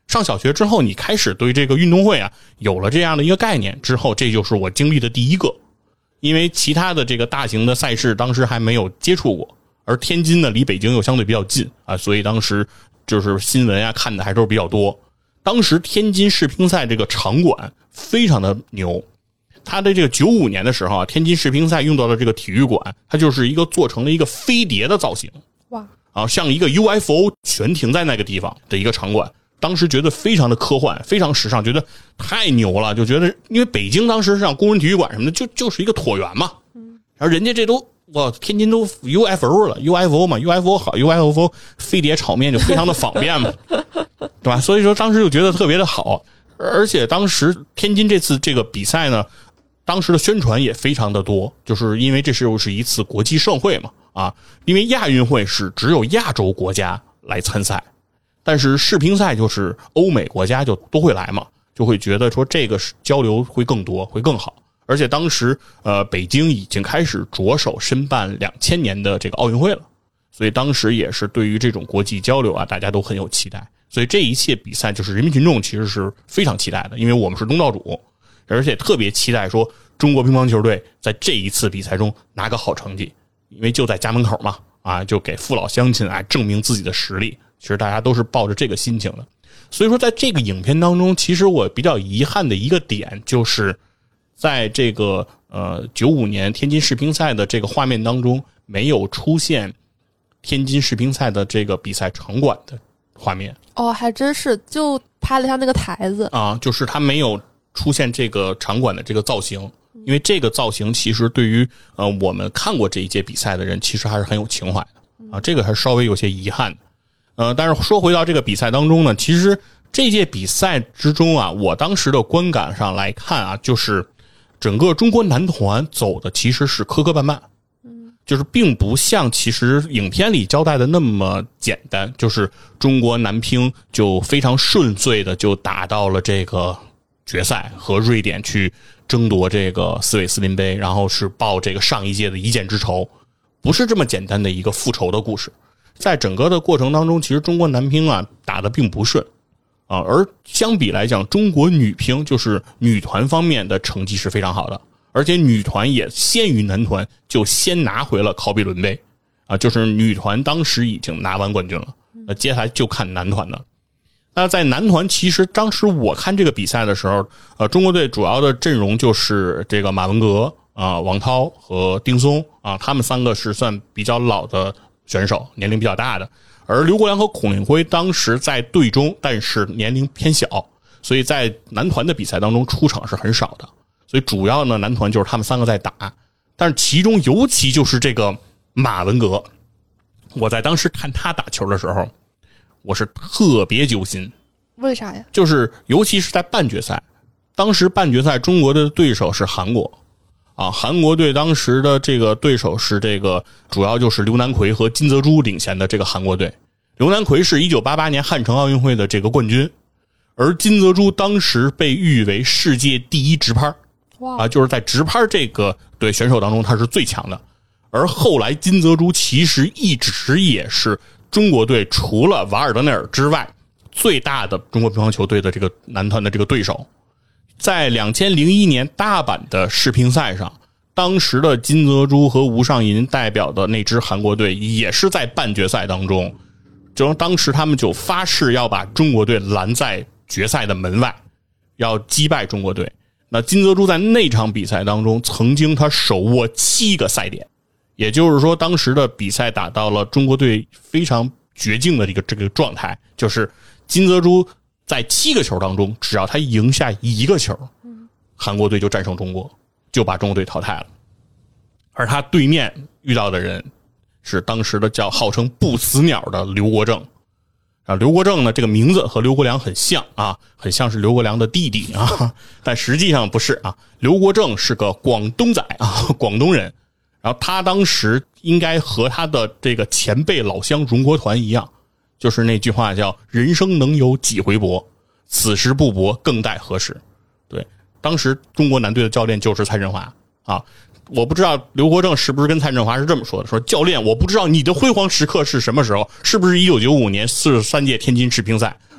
上小学之后，你开始对这个运动会啊有了这样的一个概念之后，这就是我经历的第一个。因为其他的这个大型的赛事当时还没有接触过，而天津呢离北京又相对比较近啊，所以当时就是新闻啊看的还都是比较多。当时天津世乒赛这个场馆非常的牛，它的这个九五年的时候啊，天津世乒赛用到的这个体育馆，它就是一个做成了一个飞碟的造型， 哇啊，像一个 U F O 悬停在那个地方的一个场馆。当时觉得非常的科幻，非常时尚，觉得太牛了，就觉得因为北京当时像工人体育馆什么的，就就是一个椭圆嘛，然后人家这都哇，天津都 U F O 了 ，U F O 嘛 ，U F O 好 ，U F O 飞碟炒面就非常的方便嘛，对吧？所以说当时就觉得特别的好，而且当时天津这次这个比赛呢，当时的宣传也非常的多，就是因为这是又是一次国际盛会嘛，啊，因为亚运会是只有亚洲国家来参赛。但是世乒赛就是欧美国家就都会来嘛，就会觉得说这个交流会更多，会更好。而且当时呃北京已经开始着手申办两千年的这个奥运会了，所以当时也是对于这种国际交流啊，大家都很有期待。所以这一切比赛就是人民群众其实是非常期待的，因为我们是东道主，而且特别期待说中国乒乓球队在这一次比赛中拿个好成绩，因为就在家门口嘛，啊，就给父老乡亲啊证明自己的实力。其实大家都是抱着这个心情的，所以说在这个影片当中，其实我比较遗憾的一个点就是在这个呃九五年天津世乒赛的这个画面当中没有出现天津世乒赛的这个比赛场馆的画面。 哦，还真是，就拍了一下那个台子啊，就是它没有出现这个场馆的这个造型，因为这个造型其实对于呃我们看过这一届比赛的人，其实还是很有情怀的啊，这个还是稍微有些遗憾的。呃，但是说回到这个比赛当中呢，其实这届比赛之中啊，我当时的观感上来看啊，就是整个中国男团走的其实是磕磕绊绊，嗯，就是并不像其实影片里交代的那么简单，就是中国男乒就非常顺遂的就打到了这个决赛，和瑞典去争夺这个斯韦斯林杯，然后是报这个上一届的一箭之仇，不是这么简单的一个复仇的故事。在整个的过程当中，其实中国男乒啊打得并不顺啊，而相比来讲，中国女乒就是女团方面的成绩是非常好的，而且女团也先于男团就先拿回了考比伦杯啊，就是女团当时已经拿完冠军了，那接下来就看男团的。那在男团，其实当时我看这个比赛的时候，呃，中国队主要的阵容就是这个马文革啊、王涛和丁松啊，他们三个是算比较老的选手，年龄比较大的，而刘国梁和孔令辉当时在队中，但是年龄偏小，所以在男团的比赛当中出场是很少的，所以主要呢男团就是他们三个在打，但是其中尤其就是这个马文革，我在当时看他打球的时候，我是特别揪心。 为啥呀？就是尤其是在半决赛，当时半决赛中国的对手是韩国。啊，韩国队当时的这个对手是这个，主要就是刘南奎和金泽洙领衔的这个韩国队。刘南奎是一九八八年汉城奥运会的这个冠军，而金泽洙当时被誉为世界第一直拍，啊，就是在直拍这个对选手当中他是最强的。而后来金泽洙其实一直也是中国队除了瓦尔德内尔之外最大的中国乒乓球队的这个男团的这个对手。在二零零一年大阪的世乒赛上，当时的金泽洙和吴尚银代表的那支韩国队也是在半决赛当中，就当时他们就发誓要把中国队拦在决赛的门外，要击败中国队。那金泽洙在那场比赛当中曾经他手握七个赛点，也就是说当时的比赛打到了中国队非常绝境的这个这个状态，就是金泽洙在七个球当中，只要他赢下一个球，韩国队就战胜中国，就把中国队淘汰了。而他对面遇到的人是当时的叫号称不死鸟的刘国正。啊，刘国正呢，这个名字和刘国梁很像啊，很像是刘国梁的弟弟啊，但实际上不是啊。刘国正是个广东仔啊，广东人。然后他当时应该和他的这个前辈老乡荣国团一样。就是那句话叫人生能有几回搏，此时不搏更待何时。对，当时中国男队的教练就是蔡振华啊，我不知道刘国正是不是跟蔡振华是这么说的，说教练我不知道你的辉煌时刻是什么时候，是不是一九九五年四十三届天津世乒赛，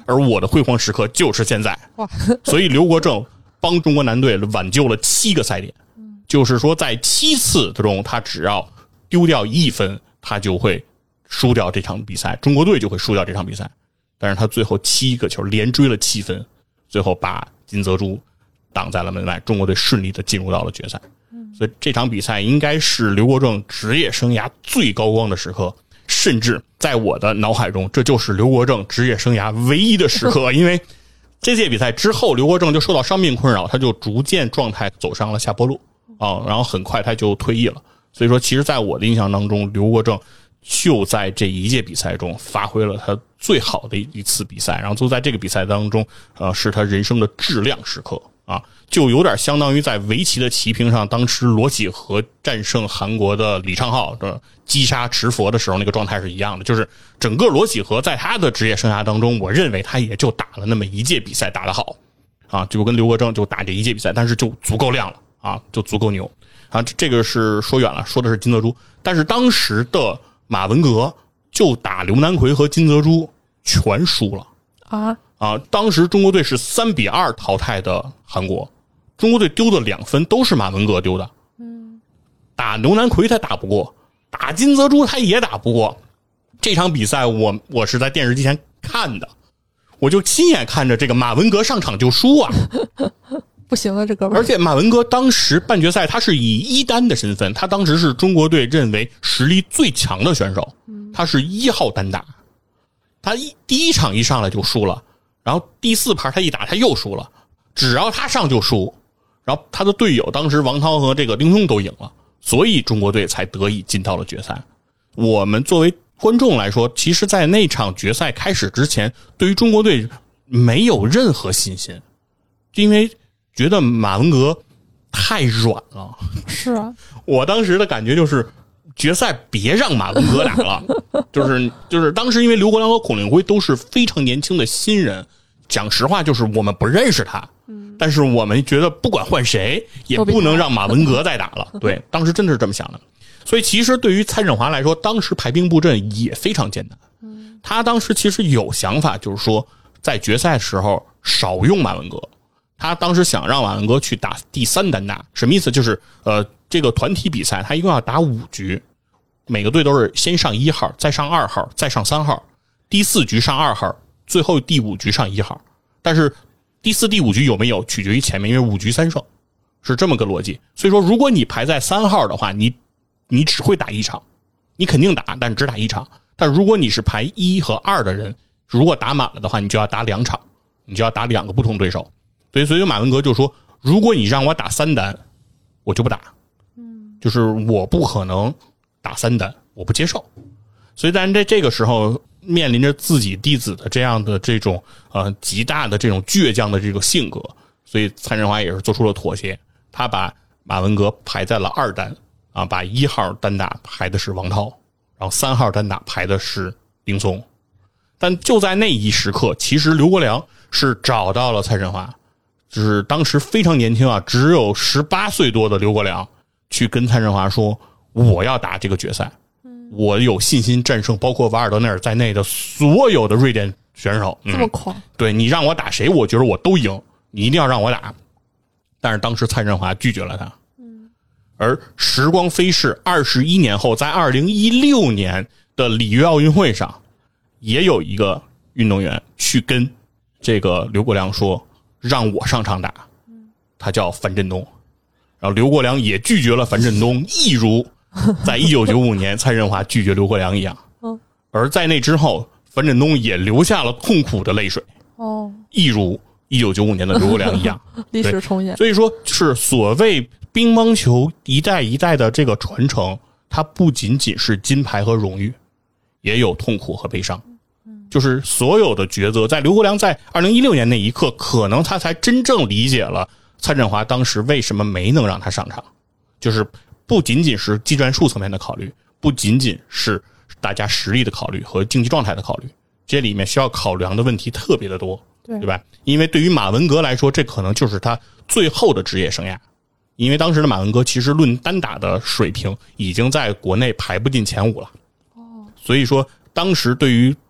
而我的辉煌时刻就是现在。 哇！ 所以刘国正帮中国男队挽救了七个赛点，就是说在七次中，他只要丢掉一分，他就会输掉这场比赛，中国队就会输掉这场比赛。但是他最后七个球连追了七分，最后把金泽洙挡在了门外，中国队顺利的进入到了决赛。所以这场比赛应该是刘国正职业生涯最高光的时刻，甚至在我的脑海中，这就是刘国正职业生涯唯一的时刻。因为这届比赛之后，刘国正就受到伤病困扰，他就逐渐状态走上了下坡路啊，然后很快他就退役了。所以说，其实在我的印象当中，刘国正就在这一届比赛中发挥了他最好的一次比赛，然后就在这个比赛当中，呃，是他人生的质量时刻啊，就有点相当于在围棋的棋屏上，当时罗启和战胜韩国的李昌镐的击杀持佛的时候那个状态是一样的，就是整个罗启和在他的职业生涯当中，我认为他也就打了那么一届比赛打得好啊，就跟刘国正就打这一届比赛，但是就足够亮了啊，就足够牛啊。这个是说远了，说的是金泽洙，但是当时的马文革就打刘南奎和金泽洙全输了啊啊！当时中国队是三比二淘汰的韩国，中国队丢的两分都是马文革丢的。嗯，打刘南奎他打不过，打金泽洙他也打不过。这场比赛我我是在电视机前看的，我就亲眼看着这个马文革上场就输啊。 不行了，这哥们儿！ 而且马文革当时半决赛，他是以一单的身份，他当时是中国队认为实力最强的选手，他是一号单打，他一第一场一上来就输了，然后第四盘他一打他又输了，只要他上就输，然后他的队友当时王涛和这个丁松都赢了，所以中国队才得以进到了决赛。我们作为观众来说，其实在那场决赛开始之前，对于中国队没有任何信心，因为觉得马文革太软了。 是啊， 我当时的感觉就是决赛别让马文革打了，就是就是当时因为刘国梁和孔令辉都是非常年轻的新人，讲实话就是我们不认识他，嗯，但是我们觉得不管换谁也不能让马文革再打了。对，当时真的是这么想的。所以其实对于蔡振华来说，当时排兵布阵也非常艰难。嗯，他当时其实有想法，就是说在决赛时候少用马文革。他当时想让马文革去打第三单打，什么意思？就是呃，这个团体比赛他一共要打五局，每个队都是先上一号，再上二号，再上三号，第四局上二号，最后第五局上一号。但是第四、第五局有没有取决于前面，因为五局三胜，是这么个逻辑。所以说，如果你排在三号的话，你你只会打一场，你肯定打，但只打一场。但如果你是排一和二的人，如果打满了的话，你就要打两场，你就要打两个不同对手。所以，所以马文革就说：“如果你让我打三单，我就不打。嗯，就是我不可能打三单，我不接受。所以，但在这个时候，面临着自己弟子的这样的这种呃极大的这种倔强的这个性格，所以蔡振华也是做出了妥协。他把马文革排在了二单啊，把一号单打排的是王涛，然后三号单打排的是丁松。但就在那一时刻，其实刘国梁是找到了蔡振华。”就是当时非常年轻啊，只有十八岁多的刘国梁去跟蔡振华说：“我要打这个决赛，我有信心战胜包括瓦尔德内尔在内的所有的瑞典选手。” 这么狂？ 嗯、对你让我打谁，我觉得我都赢，你一定要让我打。但是当时蔡振华拒绝了他。嗯。而时光飞逝，二十一年后，在二零一六年的里约奥运会上，也有一个运动员去跟这个刘国梁说。让我上场打，他叫樊振东，然后刘国梁也拒绝了樊振东，一如在一九九五年蔡振华拒绝刘国梁一样。而在那之后，樊振东也流下了痛苦的泪水。哦，一如一九九五年的刘国梁一样， 历史重演。 所以说，是所谓乒乓球一代一代的这个传承，它不仅仅是金牌和荣誉，也有痛苦和悲伤。就是所有的抉择，在刘国梁在二零一六年那一刻，可能他才真正理解了蔡振华当时为什么没能让他上场，就是不仅仅是技战术层面的考虑，不仅仅是大家实力的考虑和竞技状态的考虑，这里面需要考量的问题特别的多，对对吧？因为对于马文革来说，这可能就是他最后的职业生涯，因为当时的马文革其实论单打的水平已经在国内排不进前五了。哦，所以说当时对于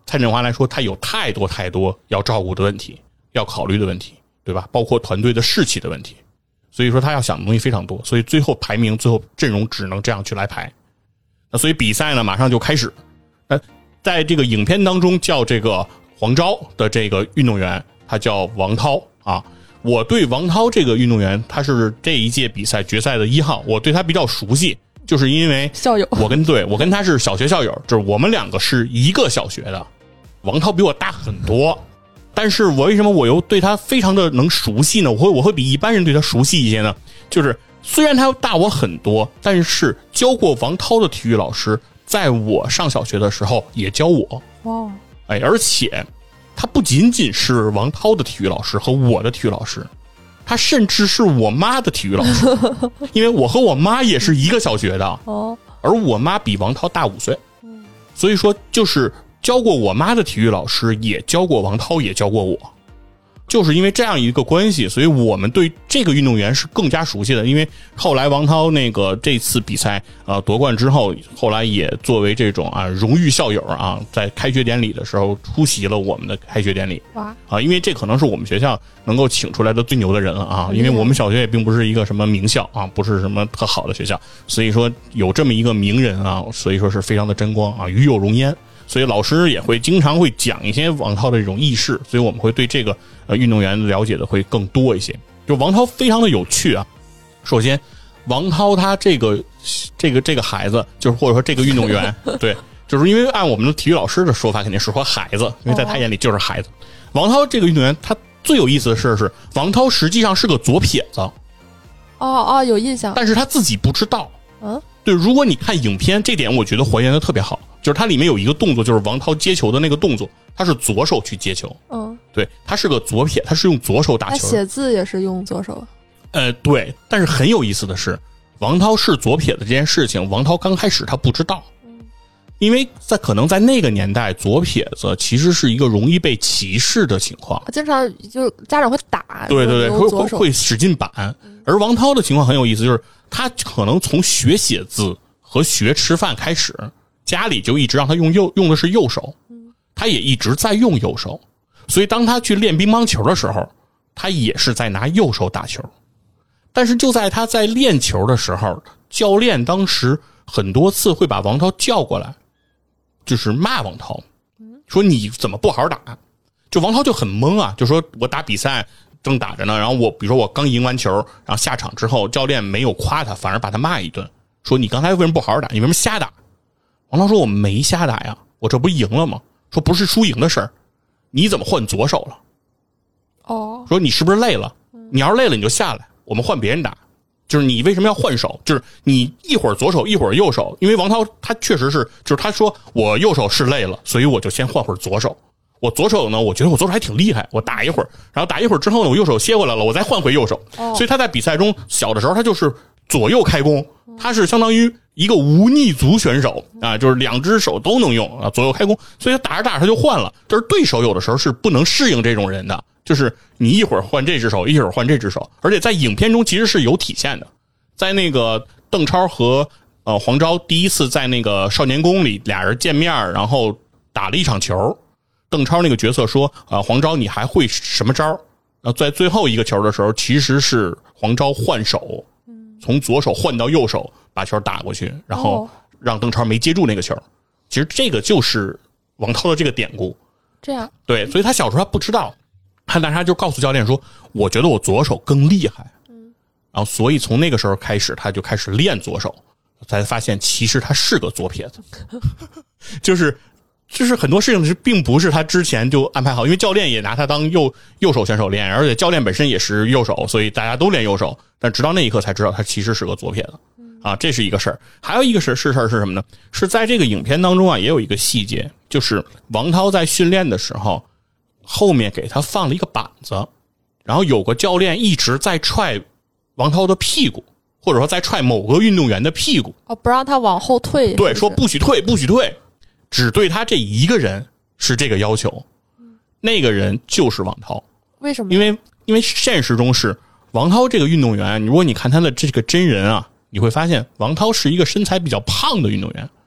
蔡振华来说，他有太多太多要照顾的问题，要考虑的问题，对吧？包括团队的士气的问题，所以说他要想的东西非常多，所以最后排名最后阵容只能这样去来排。那所以比赛呢马上就开始。那在这个影片当中叫这个黄钊的这个运动员，他叫王涛啊。我对王涛这个运动员，他是这一届比赛决赛的一号，我对他比较熟悉，就是因为校友， 我跟对我跟他是小学校友，就是我们两个是一个小学的。王涛比我大很多，但是我为什么我又对他非常的能熟悉呢？我会我会比一般人对他熟悉一些呢？就是虽然他大我很多，但是教过王涛的体育老师，在我上小学的时候也教我。 哇， 哎，而且他不仅仅是王涛的体育老师和我的体育老师，他甚至是我妈的体育老师，因为我和我妈也是一个小学的。 哦， 而我妈比王涛大五岁，所以说就是教过我妈的体育老师也教过王涛，也教过我。就是因为这样一个关系，所以我们对这个运动员是更加熟悉的。因为后来王涛那个这次比赛呃夺冠之后，后来也作为这种啊荣誉校友啊，在开学典礼的时候出席了我们的开学典礼。 哇啊，因为这可能是我们学校能够请出来的最牛的人了啊！因为我们小学也并不是一个什么名校啊，不是什么特好的学校，所以说有这么一个名人啊，所以说是非常的争光啊，与有荣焉。所以老师也会经常会讲一些王涛的这种轶事，所以我们会对这个呃运动员了解的会更多一些。就王涛非常的有趣啊。首先，王涛他这个这个这个孩子，就是或者说这个运动员，对，就是因为按我们的体育老师的说法，肯定是说孩子，因为在他眼里就是孩子。王涛这个运动员，他最有意思的事是，王涛实际上是个左撇子。 哦哦，有印象， 但是他自己不知道。 嗯， 对，如果你看影片，这点我觉得还原的特别好。就是它里面有一个动作，就是王涛接球的那个动作，他是左手去接球。 嗯， 对，他是个左撇，他是用左手打球。 他写字也是用左手。 呃，对，但是很有意思的是，王涛是左撇子这件事情，王涛刚开始他不知道。嗯，因为在可能在那个年代，左撇子其实是一个容易被歧视的情况， 经常就家长会打。 对对对，会会会使劲板。而王涛的情况很有意思，就是他可能从学写字和学吃饭开始。家里就一直让他用右用的是右手，他也一直在用右手，所以当他去练乒乓球的时候，他也是在拿右手打球。但是就在他在练球的时候，教练当时很多次会把王涛叫过来，就是骂王涛，说你怎么不好好打？就王涛就很懵啊，就说我打比赛正打着呢，然后我比如说我刚赢完球，然后下场之后教练没有夸他，反而把他骂一顿，说你刚才为什么不好好打？你为什么瞎打？王涛说我没瞎打呀，我这不赢了吗？说不是输赢的事儿，你怎么换左手了？ 哦， 说你是不是累了？你要是累了你就下来，我们换别人打。就是你为什么要换手？就是你一会儿左手一会儿右手，因为王涛他确实是，就是他说我右手是累了，所以我就先换会儿左手。我左手呢，我觉得我左手还挺厉害，我打一会儿，然后打一会儿之后呢，我右手歇回来了，我再换回右手。 哦， 所以他在比赛中小的时候他就是左右开弓，他是相当于一个无逆足选手啊，就是两只手都能用啊，左右开弓，所以他打着打着他就换了。就是对手有的时候是不能适应这种人的，就是你一会儿换这只手，一会儿换这只手，而且在影片中其实是有体现的。在那个邓超和呃黄钊第一次在那个少年宫里俩人见面，然后打了一场球，邓超那个角色说啊、呃、黄钊你还会什么招？然后在最后一个球的时候，其实是黄钊换手，从左手换到右手把球打过去，然后让邓超没接住那个球。其实这个就是王涛的这个典故。 这样对，所以他小时候他不知道，他但是他就告诉教练说，我觉得我左手更厉害。嗯，然后所以从那个时候开始，他就开始练左手，才发现其实他是个左撇子，就是就是很多事情是并不是他之前就安排好，因为教练也拿他当右右手选手练，而且教练本身也是右手，所以大家都练右手。但直到那一刻才知道他其实是个左撇子啊，这是一个事儿。还有一个事是事儿是什么呢？是在这个影片当中啊，也有一个细节，就是王涛在训练的时候，后面给他放了一个板子，然后有个教练一直在踹王涛的屁股，或者说在踹某个运动员的屁股， 哦，不让他往后退。 对，说不许退，不许退。只对他这一个人是这个要求，那个人就是王涛。 为什么？ 因为因为现实中是王涛这个运动员，如果你看他的这个真人啊，你会发现王涛是一个身材比较胖的运动员。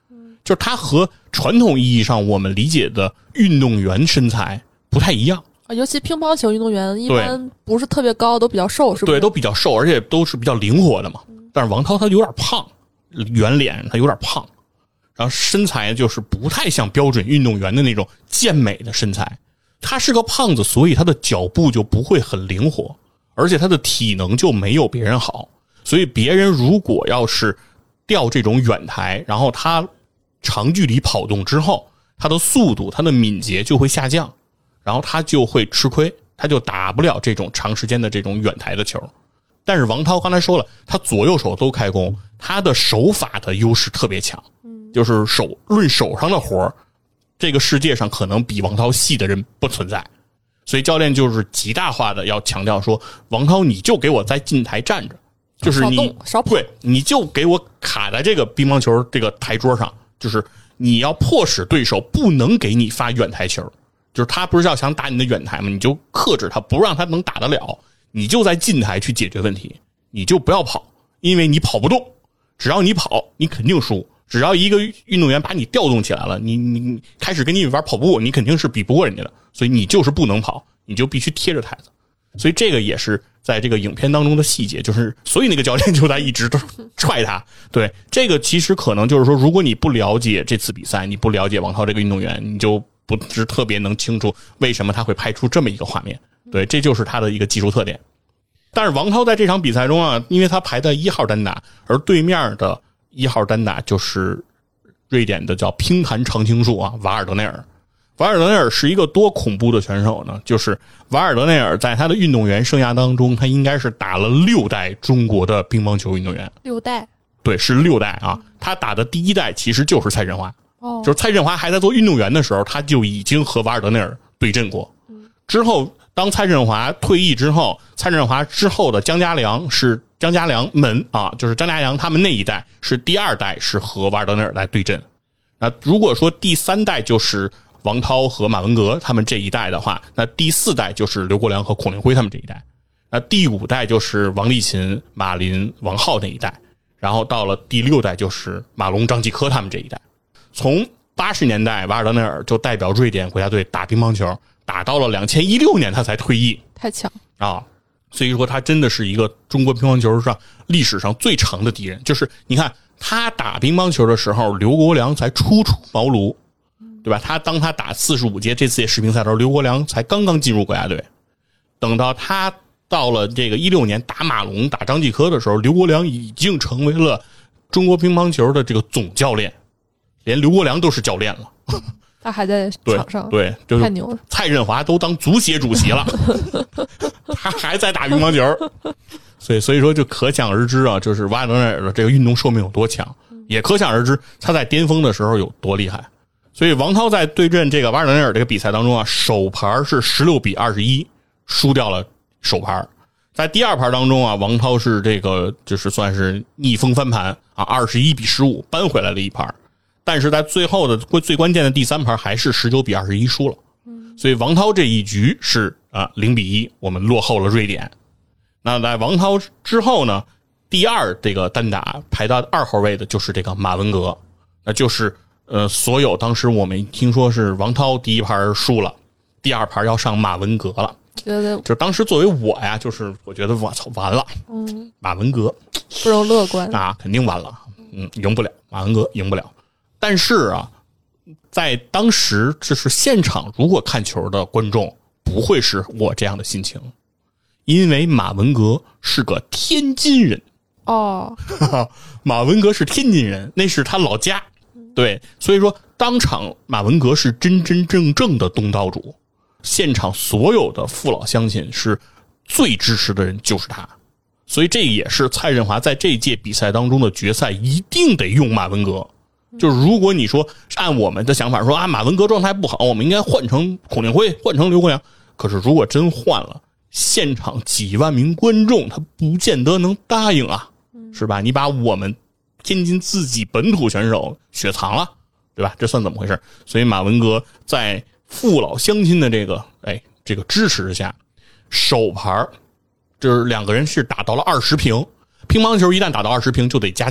就是他和传统意义上我们理解的运动员身材不太一样。 尤其乒乓球运动员一般不是特别高，都比较瘦，是不是？ 对，都比较瘦，而且都是比较灵活的嘛。但是王涛他有点胖，圆脸，他有点胖，然后身材就是不太像标准运动员的那种健美的身材。他是个胖子，所以他的脚步就不会很灵活，而且他的体能就没有别人好。所以别人如果要是吊这种远台，然后他长距离跑动之后，他的速度、他的敏捷就会下降。然后他就会吃亏，他就打不了这种长时间的这种远台的球。但是王涛刚才说了，他左右手都开弓，他的手法的优势特别强，就是手论手上的活，这个世界上可能比王涛细的人不存在。所以教练就是极大化的要强调说，王涛你就给我在近台站着，就是你对，你就给我卡在这个乒乓球这个台桌上，就是你要迫使对手不能给你发远台球。就是他不是要想打你的远台吗？你就克制他，不让他能打得了，你就在近台去解决问题，你就不要跑，因为你跑不动，只要你跑你肯定输。只要一个运动员把你调动起来了，你你开始跟你玩跑步，你肯定是比不过人家的，所以你就是不能跑，你就必须贴着台子。所以这个也是在这个影片当中的细节，就是所以那个教练就在一直踹他。对，这个其实可能就是说，如果你不了解这次比赛，你不了解王涛这个运动员，你就不是特别能清楚为什么他会拍出这么一个画面。对，这就是他的一个技术特点。但是王涛在这场比赛中啊，因为他排在一号单打，而对面的一号单打就是瑞典的叫乒坛常青树啊，瓦尔德内尔。瓦尔德内尔是一个多恐怖的选手呢，就是瓦尔德内尔在他的运动员生涯当中，他应该是打了六代中国的乒乓球运动员。 六代？ 对，是六代啊。他打的第一代其实就是蔡振华。 哦， 就是蔡振华还在做运动员的时候，他就已经和瓦尔德内尔对阵过。之后当蔡振华退役之后，蔡振华之后的姜家良是姜家良门啊，就是姜家良他们那一代是第二代是和瓦尔德内尔来对阵。那如果说第三代就是王涛和马文革他们这一代的话，那第四代就是刘国梁和孔令辉他们这一代，那第五代就是王励勤、马林、王浩那一代，然后到了第六代就是马龙、张继科他们这一代。从八十年代瓦尔德内尔就代表瑞典国家队打乒乓球，打到了两千一六年他才退役。 太强啊！所以说他真的是一个中国乒乓球上历史上最长的敌人。就是你看他打乒乓球的时候，刘国梁才初出茅庐，对吧？他当他打四十五届这次世乒赛的时候，刘国梁才刚刚进入国家队。等到他到了这个一六年打马龙、打张继科的时候，刘国梁已经成为了中国乒乓球的这个总教练。连刘国梁都是教练了， 他还在场上， 对，对就是太牛了。 蔡振华都当足协主席了，他还在打乒乓球，所以所以说就可想而知啊，就是瓦尔德内尔的这个运动寿命有多强，也可想而知他在巅峰的时候有多厉害。所以王涛在对阵这个瓦尔德内尔这个比赛当中啊，首盘是十六比二十一输掉了首盘。在第二盘当中啊，王涛是这个就是算是逆风翻盘啊，二十一比十五扳回来了一盘。但是在最后的最关键的第三盘还是十九比二十一输了，所以王涛这一局是啊零比一，我们落后了瑞典。那在王涛之后呢，第二这个单打排到二号位的就是这个马文革，那就是呃所有当时我们听说是王涛第一盘输了，第二盘要上马文革了。 觉得就当时作为我呀，就是我觉得我操完了， 嗯， 马文革不容乐观啊，肯定完了，嗯，赢不了，马文革赢不了。但是啊，在当时就是现场如果看球的观众不会是我这样的心情，因为马文革是个天津人哦， 马文革是天津人，那是他老家，对，所以说当场马文革是真真正正的东道主，现场所有的父老乡亲是最支持的人就是他，所以这也是蔡振华在这届比赛当中的决赛一定得用马文革。就是如果你说按我们的想法说啊，马文革状态不好，我们应该换成孔令辉，换成刘国梁。可是如果真换了，现场几万名观众他不见得能答应啊，是吧？你把我们天津自己本土选手雪藏了，对吧？这算怎么回事？所以马文革在父老乡亲的这个哎这个支持之下，首盘就是两个人是打到了二十平。乒乓球一旦打到二十平就得加球，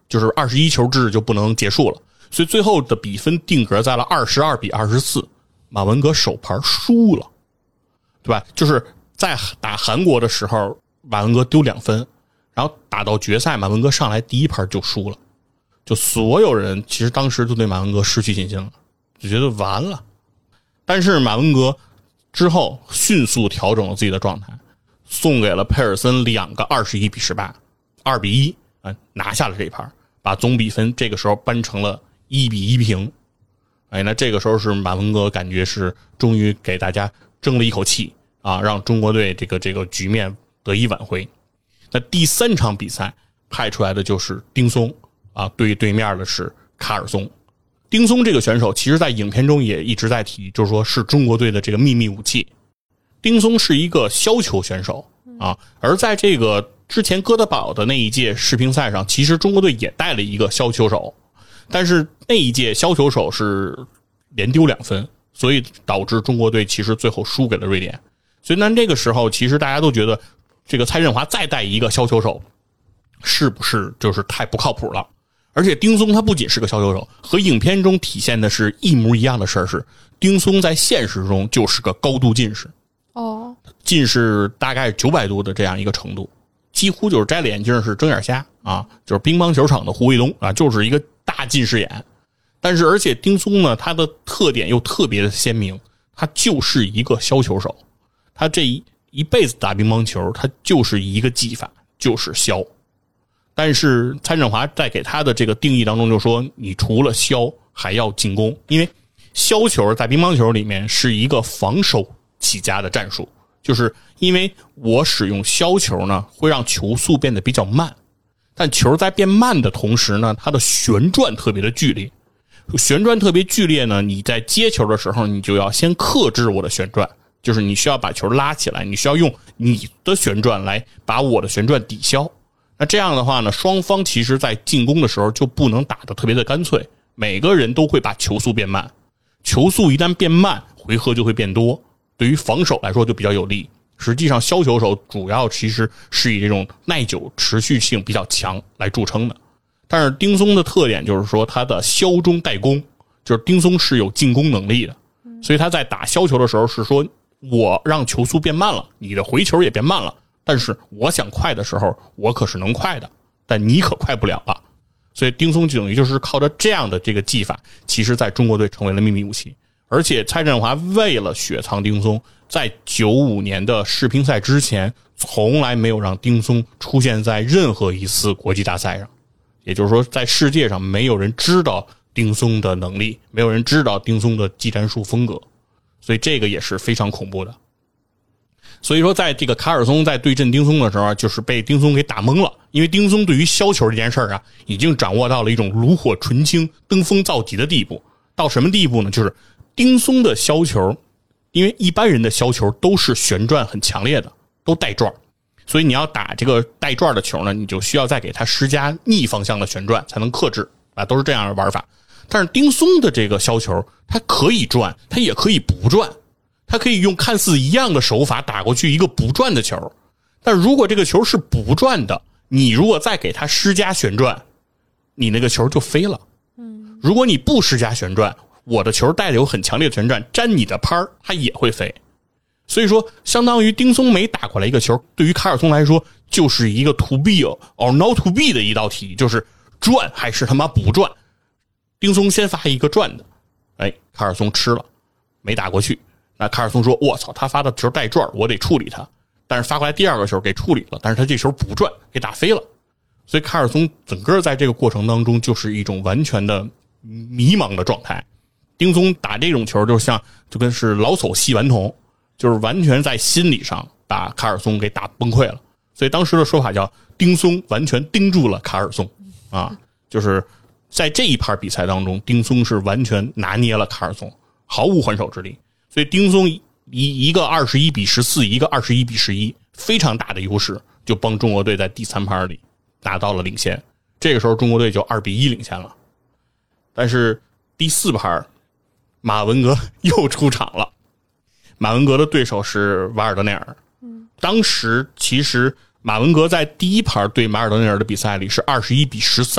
就是二十一球制就不能结束了，所以最后的比分定格在了二十二比二十四，马文革首盘输了，对吧？就是在打韩国的时候，马文革丢两分，然后打到决赛，马文革上来第一盘就输了，就所有人其实当时都对马文革失去信心了，就觉得完了。但是马文革之后迅速调整了自己的状态，送给了佩尔森两个二十一比十八，二比一啊，拿下了这一盘，把总比分这个时候扳成了一比一平。哎，那这个时候是马文革感觉是终于给大家争了一口气啊，让中国队这个这个局面得以挽回。那第三场比赛派出来的就是丁松啊，对对面的是卡尔松。丁松这个选手其实在影片中也一直在提，就是说是中国队的这个秘密武器。丁松是一个削球选手啊，而在这个之前哥德堡的那一届世乒赛上，其实中国队也带了一个削球手，但是那一届削球手是连丢两分，所以导致中国队其实最后输给了瑞典。所以那这个时候其实大家都觉得这个蔡振华再带一个削球手是不是就是太不靠谱了。而且丁松他不仅是个削球手，和影片中体现的是一模一样的事儿，是丁松在现实中就是个高度近视。 哦， 近视大概九百度的这样一个程度，几乎就是摘了眼镜是睁眼瞎啊，就是乒乓球场的胡卫东啊，就是一个大近视眼。但是而且丁松呢，他的特点又特别的鲜明，他就是一个削球手，他这一一辈子打乒乓球，他就是一个技法，就是削。但是蔡振华在给他的这个定义当中就说，你除了削还要进攻，因为削球在乒乓球里面是一个防守起家的战术，就是因为我使用削球呢，会让球速变得比较慢，但球在变慢的同时呢，它的旋转特别的剧烈，旋转特别剧烈呢，你在接球的时候，你就要先克制我的旋转，就是你需要把球拉起来，你需要用你的旋转来把我的旋转抵消。那这样的话呢，双方其实在进攻的时候就不能打得特别的干脆，每个人都会把球速变慢，球速一旦变慢，回合就会变多，对于防守来说就比较有利。实际上削球手主要其实是以这种耐久持续性比较强来著称的。但是丁松的特点就是说他的削中带攻，就是丁松是有进攻能力的，所以他在打削球的时候是说，我让球速变慢了，你的回球也变慢了，但是我想快的时候我可是能快的，但你可快不了了。所以丁松等于就是靠着这样的这个技法，其实在中国队成为了秘密武器。而且蔡振华为了雪藏丁松，在九五年的世乒赛之前从来没有让丁松出现在任何一次国际大赛上，也就是说在世界上没有人知道丁松的能力，没有人知道丁松的技战术风格，所以这个也是非常恐怖的。所以说在这个卡尔松在对阵丁松的时候，就是被丁松给打懵了，因为丁松对于削球这件事儿啊，已经掌握到了一种炉火纯青登峰造极的地步。到什么地步呢？就是丁松的削球，因为一般人的削球都是旋转很强烈的，都带转，所以你要打这个带转的球呢，你就需要再给它施加逆方向的旋转才能克制啊，都是这样的玩法。但是丁松的这个削球，它可以转，它也可以不转，它可以用看似一样的手法打过去一个不转的球。但如果这个球是不转的，你如果再给它施加旋转，你那个球就飞了。嗯，如果你不施加旋转，我的球带着有很强烈的旋转，沾你的拍儿，它也会飞。所以说，相当于丁松每打过来一个球，对于卡尔松来说，就是一个 to be or not to be 的一道题，就是转还是他妈不转。丁松先发一个转的，哎，卡尔松吃了，没打过去。那卡尔松说：“我操，他发的球带转，我得处理他。”但是发过来第二个球给处理了，但是他这球不转，给打飞了。所以卡尔松整个在这个过程当中就是一种完全的迷茫的状态。丁松打这种球就像就跟是老手戏顽童，就是完全在心理上把卡尔松给打崩溃了。所以当时的说法叫丁松完全盯住了卡尔松啊，就是在这一盘比赛当中，丁松是完全拿捏了卡尔松，毫无还手之力。所以丁松一一个二十一比十四，一个二十一比十一，非常大的优势，就帮中国队在第三盘里拿到了领先。这个时候中国队就二比一领先了。但是第四盘马文革又出场了，马文革的对手是瓦尔德内尔。当时其实马文革在第一盘对马尔德内尔的比赛里是二十一比十三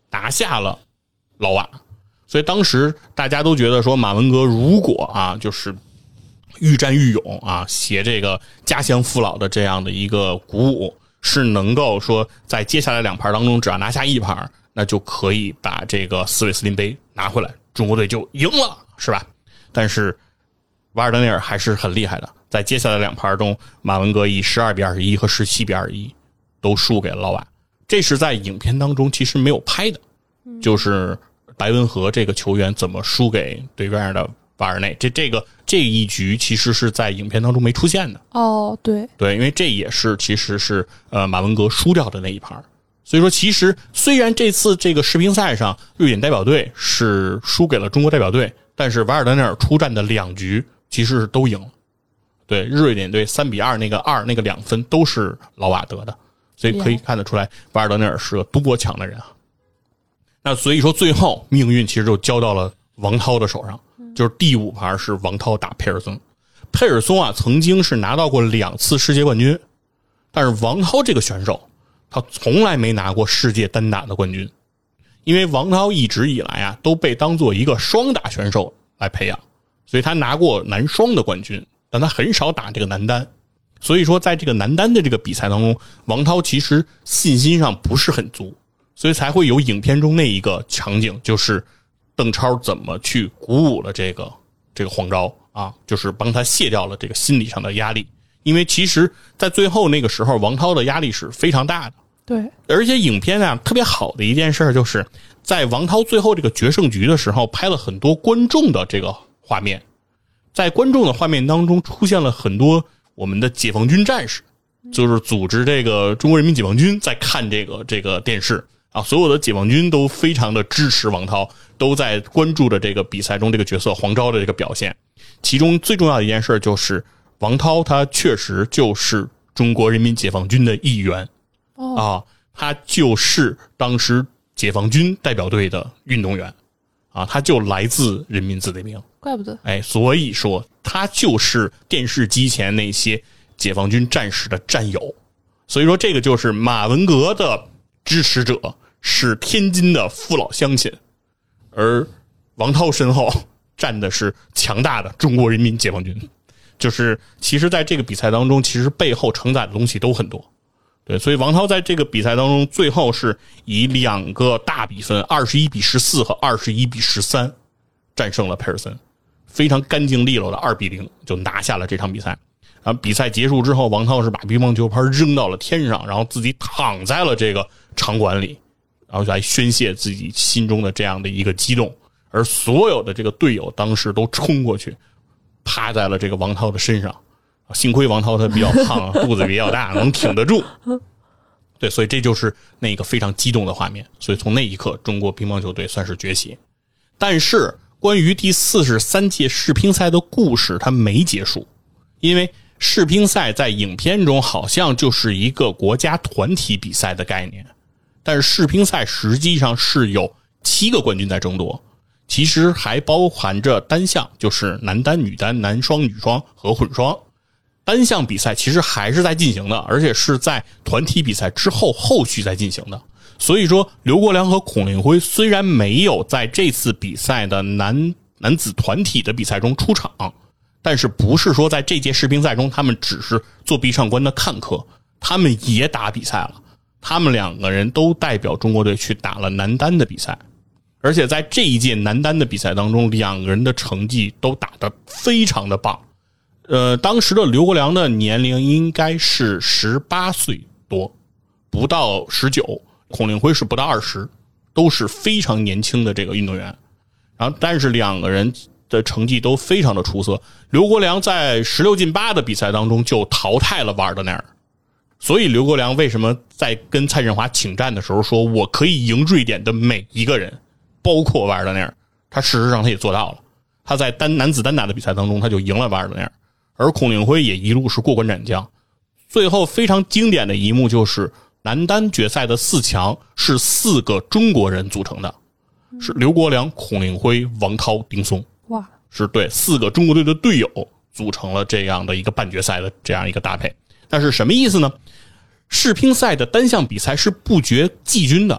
拿下了老瓦。所以当时大家都觉得说，马文革如果啊，就是愈战愈勇啊，携这个家乡父老的这样的一个鼓舞，是能够说在接下来两盘当中，只要拿下一盘，那就可以把这个斯韦斯林杯拿回来，中国队就赢了，是吧？但是瓦尔德内尔还是很厉害的，在接下来两盘中，马文革以十二比二十一和十七比二十一都输给了老瓦。这是在影片当中其实没有拍的，就是白文和这个球员怎么输给对面的瓦尔内，这这个这一局其实是在影片当中没出现的。 哦，对对，因为这也是其实是呃马文革输掉的那一盘。所以说其实虽然这次这个世乒赛上瑞典代表队是输给了中国代表队，但是瓦尔德内尔出战的两局其实是都赢了。对，瑞典队三比二那个二那个两分都是老瓦得的，所以可以看得出来瓦尔德内尔是个多强的人啊。那所以说最后命运其实就交到了王涛的手上，就是第五盘是王涛打佩尔松。佩尔松啊曾经是拿到过两次世界冠军，但是王涛这个选手他从来没拿过世界单打的冠军，因为王涛一直以来啊都被当做一个双打选手来培养，所以他拿过男双的冠军，但他很少打这个男单。所以说在这个男单的这个比赛当中，王涛其实信心上不是很足，所以才会有影片中那一个场景，就是邓超怎么去鼓舞了这个这个黄钊啊，就是帮他卸掉了这个心理上的压力。因为其实在最后那个时候，王涛的压力是非常大的。 对， 而且影片啊特别好的一件事就是在王涛最后这个决胜局的时候拍了很多观众的这个画面，在观众的画面当中出现了很多我们的解放军战士，就是组织这个中国人民解放军在看这个这个电视啊，所有的解放军都非常的支持王涛，都在关注着这个比赛中这个角色黄钊的这个表现。其中最重要的一件事就是王涛他确实就是中国人民解放军的一员、哦、啊，他就是当时解放军代表队的运动员啊，他就来自人民子弟兵， 怪不得。 哎，所以说他就是电视机前那些解放军战士的战友。所以说这个就是马文革的支持者是天津的父老乡亲，而王涛身后站的是强大的中国人民解放军。就是其实在这个比赛当中，其实背后承载的东西都很多。对，所以王涛在这个比赛当中最后是以两个大比分二十一比十四和二十一比十三战胜了佩尔森，非常干净利落的二比零就拿下了这场比赛。然后比赛结束之后，王涛是把乒乓球拍扔到了天上，然后自己躺在了这个场馆里，然后来宣泄自己心中的这样的一个激动。而所有的这个队友当时都冲过去趴在了这个王涛的身上，幸亏王涛他比较胖，肚子比较大，能挺得住。对，所以这就是那个非常激动的画面。所以从那一刻，中国乒乓球队算是崛起。但是关于第四十三届世乒赛的故事它没结束，因为世乒赛在影片中好像就是一个国家团体比赛的概念，但是世乒赛实际上是有七个冠军在争夺，其实还包含着单项，就是男单、女单、男双、女双和混双。单项比赛其实还是在进行的，而且是在团体比赛之后后续在进行的。所以说刘国梁和孔令辉虽然没有在这次比赛的男男子团体的比赛中出场，但是不是说在这届世乒赛中他们只是做闭上关的看客，他们也打比赛了。他们两个人都代表中国队去打了男单的比赛，而且在这一届男单的比赛当中，两个人的成绩都打得非常的棒。呃，当时的刘国梁的年龄应该是十八岁多，不到十九，孔令辉是不到二十，都是非常年轻的这个运动员。然后但是两个人的成绩都非常的出色。刘国梁在十六进八的比赛当中就淘汰了瓦尔德内尔，所以刘国梁为什么在跟蔡振华请战的时候说我可以赢瑞典的每一个人，包括瓦尔德内尔，他事实上他也做到了。他在单男子单打的比赛当中他就赢了瓦尔德内尔，而孔令辉也一路是过关斩将。最后非常经典的一幕就是男单决赛的四强是四个中国人组成的，是刘国梁、孔令辉、王涛、丁松。 哇， 是对四个中国队的队友组成了这样的一个半决赛的这样一个搭配。但是什么意思呢？世乒赛的单项比赛是不决季军的，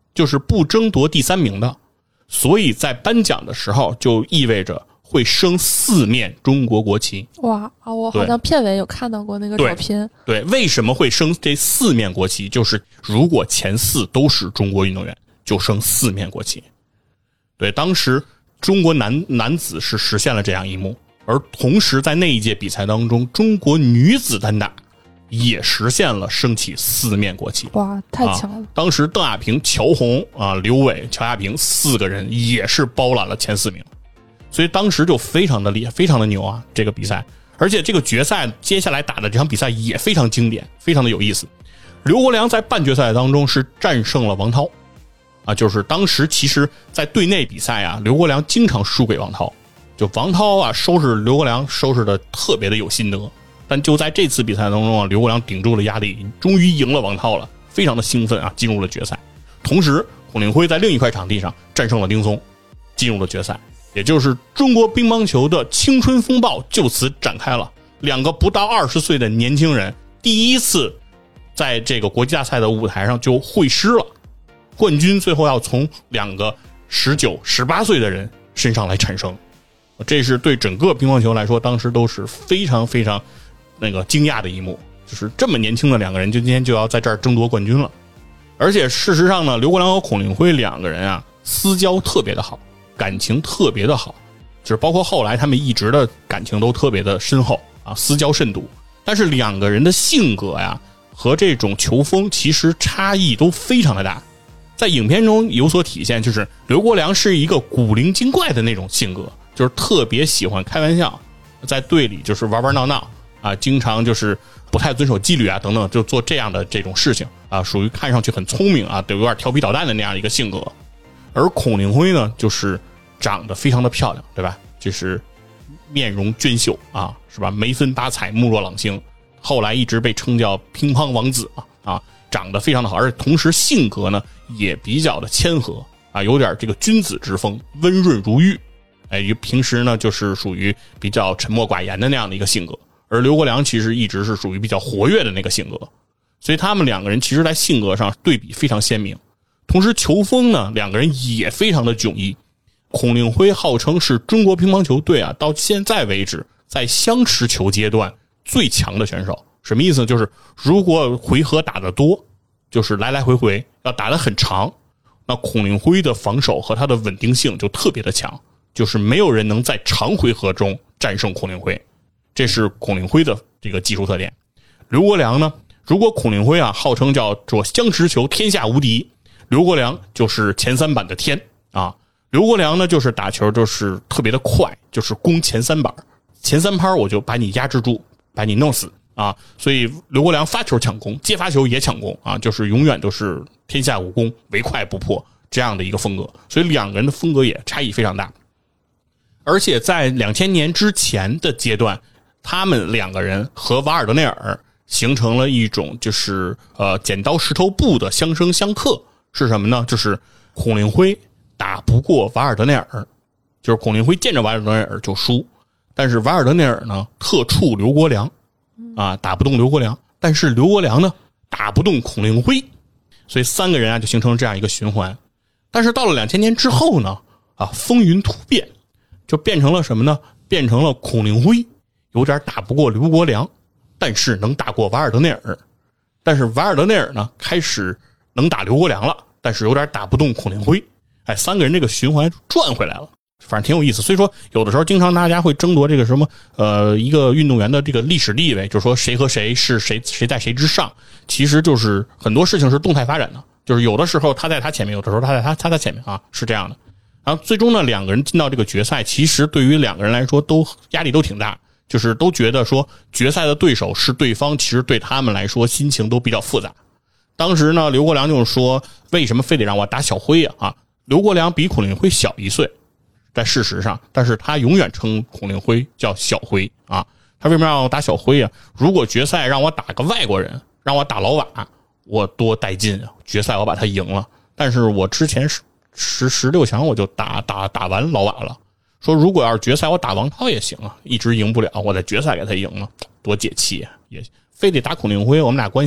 就是不争夺第三名的，所以在颁奖的时候就意味着会升四面中国国旗。 哇啊！我好像片尾有看到过那个照片。 对，对为什么会升这四面国旗？就是如果前四都是中国运动员，就升四面国旗。对，当时中国男男子是实现了这样一幕，而同时在那一届比赛当中，中国女子单打也实现了升起四面国旗。 哇，太强了！ 啊、当时邓亚萍、乔红啊、刘伟、乔亚萍四个人也是包揽了前四名。所以当时就非常的厉害，非常的牛啊！这个比赛，而且这个决赛接下来打的这场比赛也非常经典，非常的有意思。刘国梁在半决赛当中是战胜了王涛，啊，就是当时其实在队内比赛啊，刘国梁经常输给王涛，就王涛啊收拾刘国梁收拾的特别的有心得，但就在这次比赛当中啊，刘国梁顶住了压力，终于赢了王涛了，非常的兴奋啊，进入了决赛。同时，孔令辉在另一块场地上战胜了丁松，进入了决赛。也就是中国乒乓球的青春风暴就此展开了。两个不到二十岁的年轻人第一次在这个国际大赛的舞台上就会师了，冠军最后要从两个十九、十八岁的人身上来产生。这是对整个乒乓球来说当时都是非常非常那个惊讶的一幕，就是这么年轻的两个人就今天就要在这儿争夺冠军了。而且事实上呢，刘国梁和孔令辉两个人啊私交特别的好，感情特别的好，就是包括后来他们一直的感情都特别的深厚啊，私交甚笃。但是两个人的性格呀和这种球风其实差异都非常的大，在影片中有所体现，就是刘国梁是一个古灵精怪的那种性格，就是特别喜欢开玩笑，在队里就是玩玩闹闹啊，经常就是不太遵守纪律啊等等，就做这样的这种事情啊，属于看上去很聪明啊，有点调皮捣蛋的那样一个性格。而孔令辉呢，就是长得非常的漂亮，对吧？就是面容娟秀啊，是吧？眉分八彩，目若朗星，后来一直被称叫乒乓王子啊啊，长得非常的好，而且同时性格呢也比较的谦和啊，有点这个君子之风，温润如玉。哎，平时呢就是属于比较沉默寡言的那样的一个性格，而刘国梁其实一直是属于比较活跃的那个性格，所以他们两个人其实在性格上对比非常鲜明。同时球风呢，两个人也非常的迥异。孔令辉号称是中国乒乓球队啊到现在为止在相持球阶段最强的选手。什么意思？就是如果回合打得多，就是来来回回要打得很长，那孔令辉的防守和他的稳定性就特别的强，就是没有人能在长回合中战胜孔令辉，这是孔令辉的这个技术特点。刘国梁呢，如果孔令辉啊号称叫做相持球天下无敌，刘国梁就是前三板的天啊。刘国梁呢就是打球就是特别的快，就是攻前三板，前三拍我就把你压制住，把你弄死啊。所以刘国梁发球抢攻，接发球也抢攻啊，就是永远都是天下武功，唯快不破这样的一个风格。所以两个人的风格也差异非常大。而且在两千年之前的阶段，他们两个人和瓦尔德内尔形成了一种就是呃剪刀石头布的相生相克。是什么呢？就是孔令辉打不过瓦尔德内尔，就是孔令辉见着瓦尔德内尔就输，但是瓦尔德内尔呢特怵刘国梁啊，打不动刘国梁，但是刘国梁呢打不动孔令辉，所以三个人啊就形成这样一个循环。但是到了两千年之后呢，啊风云突变，就变成了什么呢？变成了孔令辉有点打不过刘国梁，但是能打过瓦尔德内尔，但是瓦尔德内尔呢开始能打刘国梁了，但是有点打不动孔令辉。哎，三个人这个循环转回来了，反正挺有意思。所以说有的时候经常大家会争夺这个什么呃一个运动员的这个历史地位，就是说谁和谁是谁谁在谁之上，其实就是很多事情是动态发展的，就是有的时候他在他前面，有的时候他在他他在前面啊，是这样的。然后最终呢两个人进到这个决赛，其实对于两个人来说都压力都挺大，就是都觉得说决赛的对手是对方，其实对他们来说心情都比较复杂。当时呢刘国梁就说为什么非得让我打小辉啊啊，刘国梁比孔令辉小一岁，在事实上，但是他永远称孔令辉叫小辉啊。他为什么让我打小辉啊？如果决赛让我打个外国人，让我打老瓦，我多带劲啊！决赛我把他赢了，但是我之前十十六强我就打打打完老瓦了。说如果要是决赛我打王涛也行啊，一直赢不了，我在决赛给他赢了，多解气啊！也非得打孔令辉，我们俩关系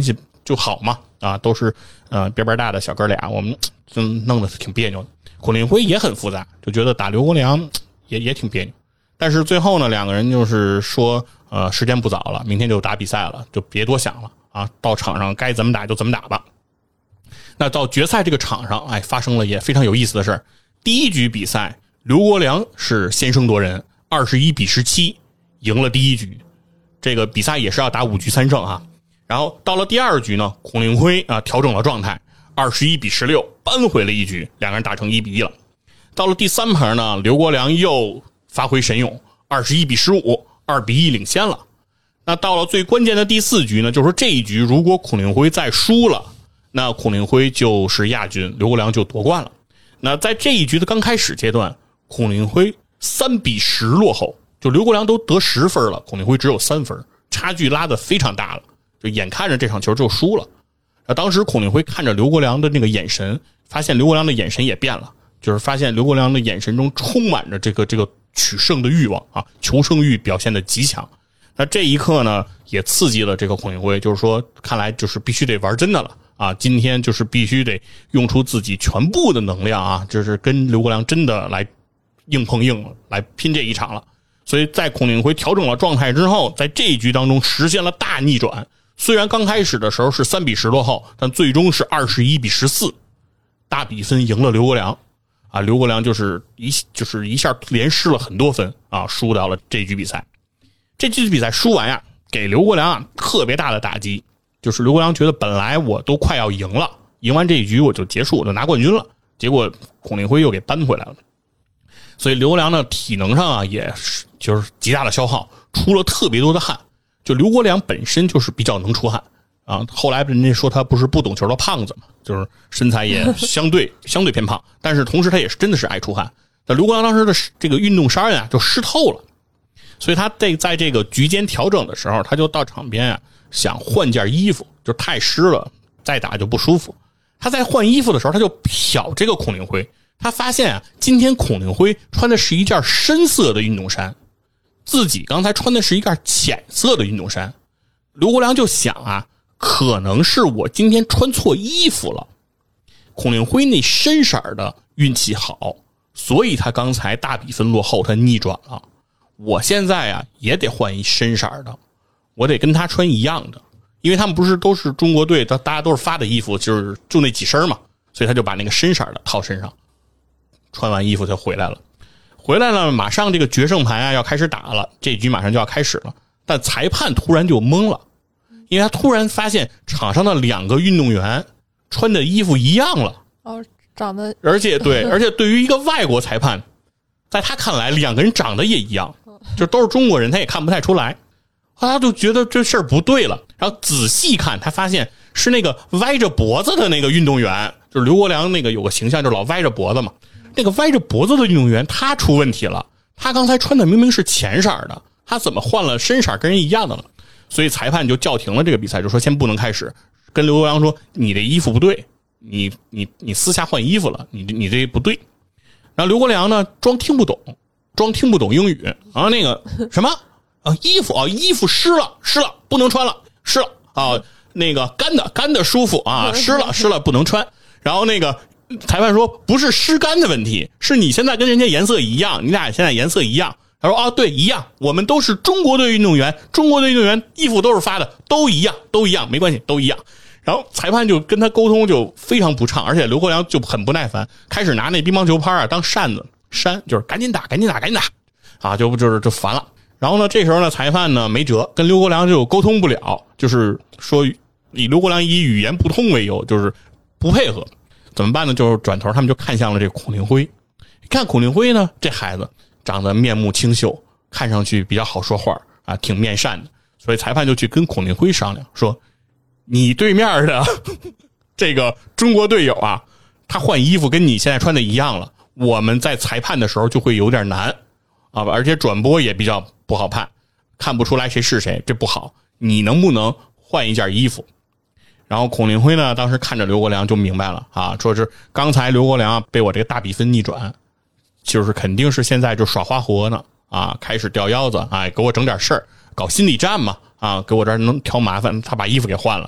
就好嘛，啊，都是呃边边大的小哥俩，我们就弄得挺别扭的。孔令辉也很复杂，就觉得打刘国梁也也挺别扭。但是最后呢，两个人就是说，呃，时间不早了，明天就打比赛了，就别多想了啊，到场上该怎么打就怎么打吧。那到决赛这个场上，哎，发生了也非常有意思的事儿。第一局比赛，刘国梁是先声夺人，二十一比十七赢了第一局。这个比赛也是要打五局三胜啊。然后到了第二局呢，孔令辉啊调整了状态，二十一比十六扳回了一局，两个人打成一比一了。到了第三盘呢，刘国梁又发挥神勇，二十一比十五，二比一领先了。那到了最关键的第四局呢，就是说这一局如果孔令辉再输了，那孔令辉就是亚军，刘国梁就夺冠了。那在这一局的刚开始阶段，孔令辉三比十落后，就刘国梁都得十分了，孔令辉只有三分，差距拉得非常大了，就眼看着这场球就输了。那当时孔令辉看着刘国梁的那个眼神，发现刘国梁的眼神也变了，就是发现刘国梁的眼神中充满着这个这个取胜的欲望啊，求胜欲表现得极强。那这一刻呢，也刺激了这个孔令辉，就是说看来就是必须得玩真的了啊，今天就是必须得用出自己全部的能量啊，就是跟刘国梁真的来硬碰硬，来拼这一场了。所以在孔令辉调整了状态之后，在这一局当中实现了大逆转，虽然刚开始的时候是三比十落后，但最终是二十一比十四，大比分赢了刘国梁啊，刘国梁就是一就是一下连失了很多分啊，输掉了这局比赛。这局比赛输完呀，给刘国梁啊特别大的打击，就是刘国梁觉得本来我都快要赢了，赢完这一局我就结束，我就拿冠军了，结果孔令辉又给扳回来了。所以刘国梁呢体能上啊也是就是极大的消耗，出了特别多的汗。就刘国梁本身就是比较能出汗啊，后来人家说他不是不懂球的胖子嘛，就是身材也相对相对偏胖，但是同时他也是真的是爱出汗。那刘国梁当时的这个运动衫啊就湿透了，所以他在在这个局间调整的时候，他就到场边啊想换件衣服，就太湿了，再打就不舒服。他在换衣服的时候，他就瞟这个孔令辉，他发现啊，今天孔令辉穿的是一件深色的运动衫，自己刚才穿的是一件浅色的运动衫。刘国梁就想啊，可能是我今天穿错衣服了。孔令辉那深色的运气好，所以他刚才大比分落后，他逆转了。我现在啊也得换一深色的，我得跟他穿一样的，因为他们不是都是中国队，大家都是发的衣服，就是就那几身嘛，所以他就把那个深色的套身上，穿完衣服就回来了。回来了，马上这个决胜盘啊要开始打了，这局马上就要开始了，但裁判突然就懵了，因为他突然发现场上的两个运动员穿的衣服一样了。 哦，长得而且对，而且对于一个外国裁判，在他看来两个人长得也一样，就都是中国人，他也看不太出来。他就觉得这事儿不对了，然后仔细看，他发现是那个歪着脖子的那个运动员，就是刘国梁那个有个形象，就是老歪着脖子嘛。那个歪着脖子的运动员他出问题了，他刚才穿的明明是浅色的，他怎么换了深色跟人一样的了？所以裁判就叫停了这个比赛，就说先不能开始，跟刘国梁说你的衣服不对，你你你私下换衣服了，你你这不对。然后刘国梁呢装听不懂，装听不懂英语，然后那个什么啊衣服啊衣服湿了湿了不能穿了湿了啊那个干的干的舒服啊湿了湿了不能穿。然后那个裁判说不是湿干的问题，是你现在跟人家颜色一样，你俩现在颜色一样。他说啊对一样，我们都是中国队运动员，中国队运动员衣服都是发的，都一样都一样没关系都一样。然后裁判就跟他沟通就非常不畅，而且刘国梁就很不耐烦，开始拿那乒乓球拍啊当扇子扇，就是赶紧打赶紧打赶紧打啊，就就是就烦了。然后呢这时候呢裁判呢没辙，跟刘国梁就沟通不了，就是说以刘国梁以语言不通为由，就是不配合。怎么办呢？就是转头他们就看向了这个孔令辉，看孔令辉呢这孩子长得面目清秀，看上去比较好说话啊，挺面善的，所以裁判就去跟孔令辉商量说，你对面的这个中国队友啊，他换衣服跟你现在穿的一样了，我们在裁判的时候就会有点难啊，而且转播也比较不好判，看不出来谁是谁，这不好，你能不能换一件衣服？然后孔令辉呢当时看着刘国梁就明白了啊，说是刚才刘国梁被我这个大比分逆转，就是肯定是现在就耍花活呢啊，开始吊腰子，哎，给我整点事儿，搞心理战嘛啊，给我这儿能挑麻烦，他把衣服给换了。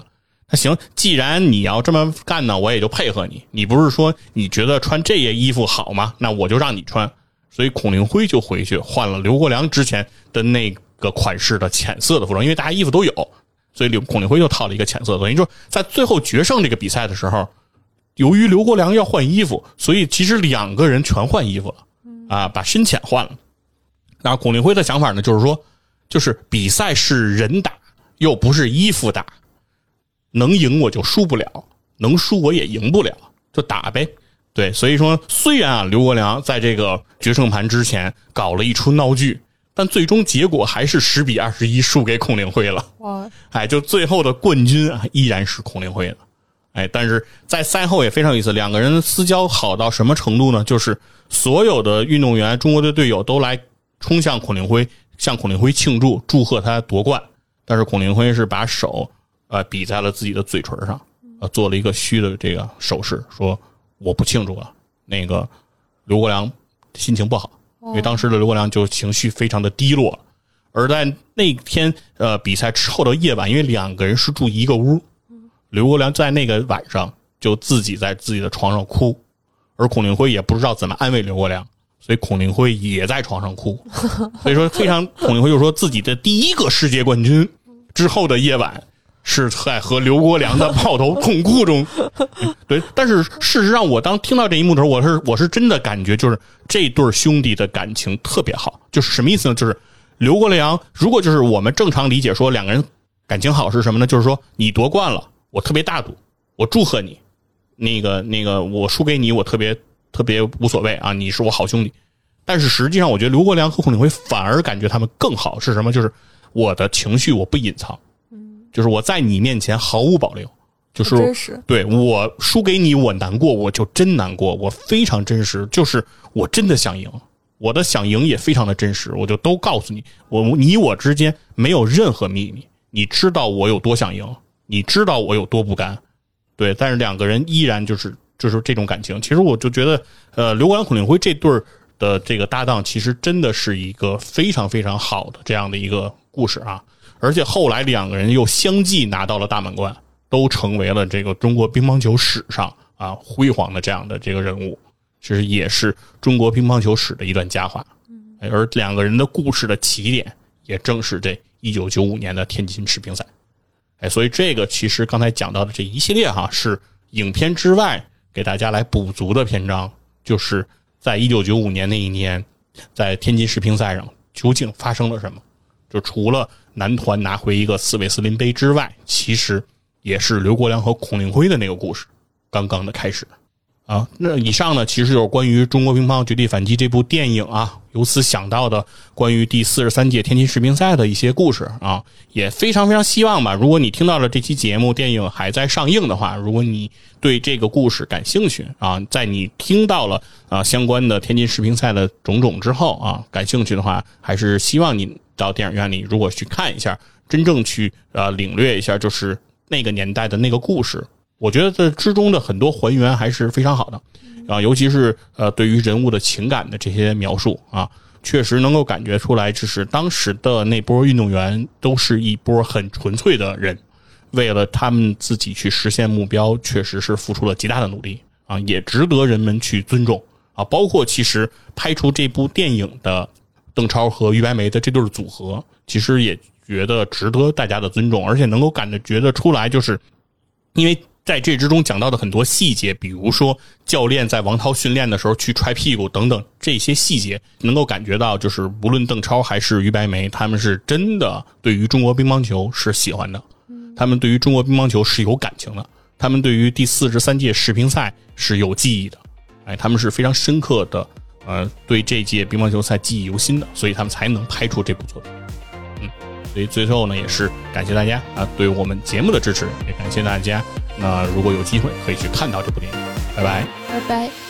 那行，既然你要这么干呢，我也就配合你。你不是说你觉得穿这些衣服好吗？那我就让你穿。所以孔令辉就回去换了刘国梁之前的那个款式的浅色的服装，因为大家衣服都有，所以孔令辉就套了一个浅色的。等于说在最后决胜这个比赛的时候，由于刘国梁要换衣服，所以其实两个人全换衣服了啊，把深浅换了。那孔令辉的想法呢，就是说，就是比赛是人打，又不是衣服打，能赢我就输不了，能输我也赢不了，就打呗。对，所以说虽然啊刘国梁在这个决胜盘之前搞了一出闹剧，但最终结果还是十比二十一输给孔令辉了。哇！哎，就最后的冠军啊依然是孔令辉的。哎，但是在赛后也非常有意思，两个人私交好到什么程度呢？就是所有的运动员，中国队队友都来冲向孔令辉，向孔令辉庆祝，祝贺他夺冠。但是孔令辉是把手呃比在了自己的嘴唇上，呃做了一个虚的这个手势，说我不庆祝了。那个刘国梁心情不好，因为当时的刘国梁就情绪非常的低落。而在那天呃比赛之后的夜晚，因为两个人是住一个屋，刘国梁在那个晚上就自己在自己的床上哭，而孔令辉也不知道怎么安慰刘国梁，所以孔令辉也在床上哭。所以说非常孔令辉就说自己的第一个世界冠军之后的夜晚是在和刘国梁的抱头痛哭中。对，但是事实上我当听到这一幕的时候，我是我是真的感觉就是这对兄弟的感情特别好。就是什么意思呢？就是刘国梁如果就是我们正常理解说两个人感情好是什么呢？就是说你夺冠了，我特别大度，我祝贺你，那个那个我输给你我特别特别无所谓啊，你是我好兄弟。但是实际上我觉得刘国梁和孔令辉反而感觉他们更好是什么？就是我的情绪我不隐藏，就是我在你面前毫无保留，就是真实， 对，我输给你我难过，我就真难过，我非常真实，就是我真的想赢，我的想赢也非常的真实，我就都告诉你，我你我之间没有任何秘密，你知道我有多想赢，你知道我有多不甘。对，但是两个人依然就是就是这种感情。其实我就觉得呃刘国梁孔令辉这对的这个搭档其实真的是一个非常非常好的这样的一个故事啊。而且后来两个人又相继拿到了大满贯，都成为了这个中国乒乓球史上啊辉煌的这样的这个人物，其实也是中国乒乓球史的一段佳话。而两个人的故事的起点也正是这一九九五年的天津世乒赛。哎，所以这个其实刚才讲到的这一系列哈，是影片之外给大家来补足的篇章，就是在一九九五年那一年，在天津世乒赛上究竟发生了什么？就除了男团拿回一个斯韦斯林杯之外，其实也是刘国梁和孔令辉的那个故事刚刚的开始啊。那以上呢，其实就是关于中国乒乓绝地反击这部电影啊，由此想到的关于第四十三届天津世乒赛的一些故事啊，也非常非常希望吧，如果你听到了这期节目，电影还在上映的话，如果你对这个故事感兴趣啊，在你听到了啊相关的天津世乒赛的种种之后啊，感兴趣的话，还是希望你到电影院里如果去看一下，真正去呃领略一下就是那个年代的那个故事。我觉得这之中的很多还原还是非常好的啊，尤其是呃对于人物的情感的这些描述啊，确实能够感觉出来，就是当时的那波运动员都是一波很纯粹的人，为了他们自己去实现目标，确实是付出了极大的努力啊，也值得人们去尊重啊。包括其实拍出这部电影的邓超和于白眉的这对组合，其实也觉得值得大家的尊重，而且能够感觉得出来，就是因为在这之中讲到的很多细节，比如说教练在王涛训练的时候去踹屁股等等，这些细节能够感觉到，就是无论邓超还是于白眉，他们是真的对于中国乒乓球是喜欢的，他们对于中国乒乓球是有感情的，他们对于第四十三届世乒赛是有记忆的，哎，他们是非常深刻的呃，对这届乒乓球赛记忆犹新的，所以他们才能拍出这部作品。嗯，所以最后呢，也是感谢大家啊对我们节目的支持，也感谢大家。那如果有机会可以去看到这部电影，拜拜， 拜拜。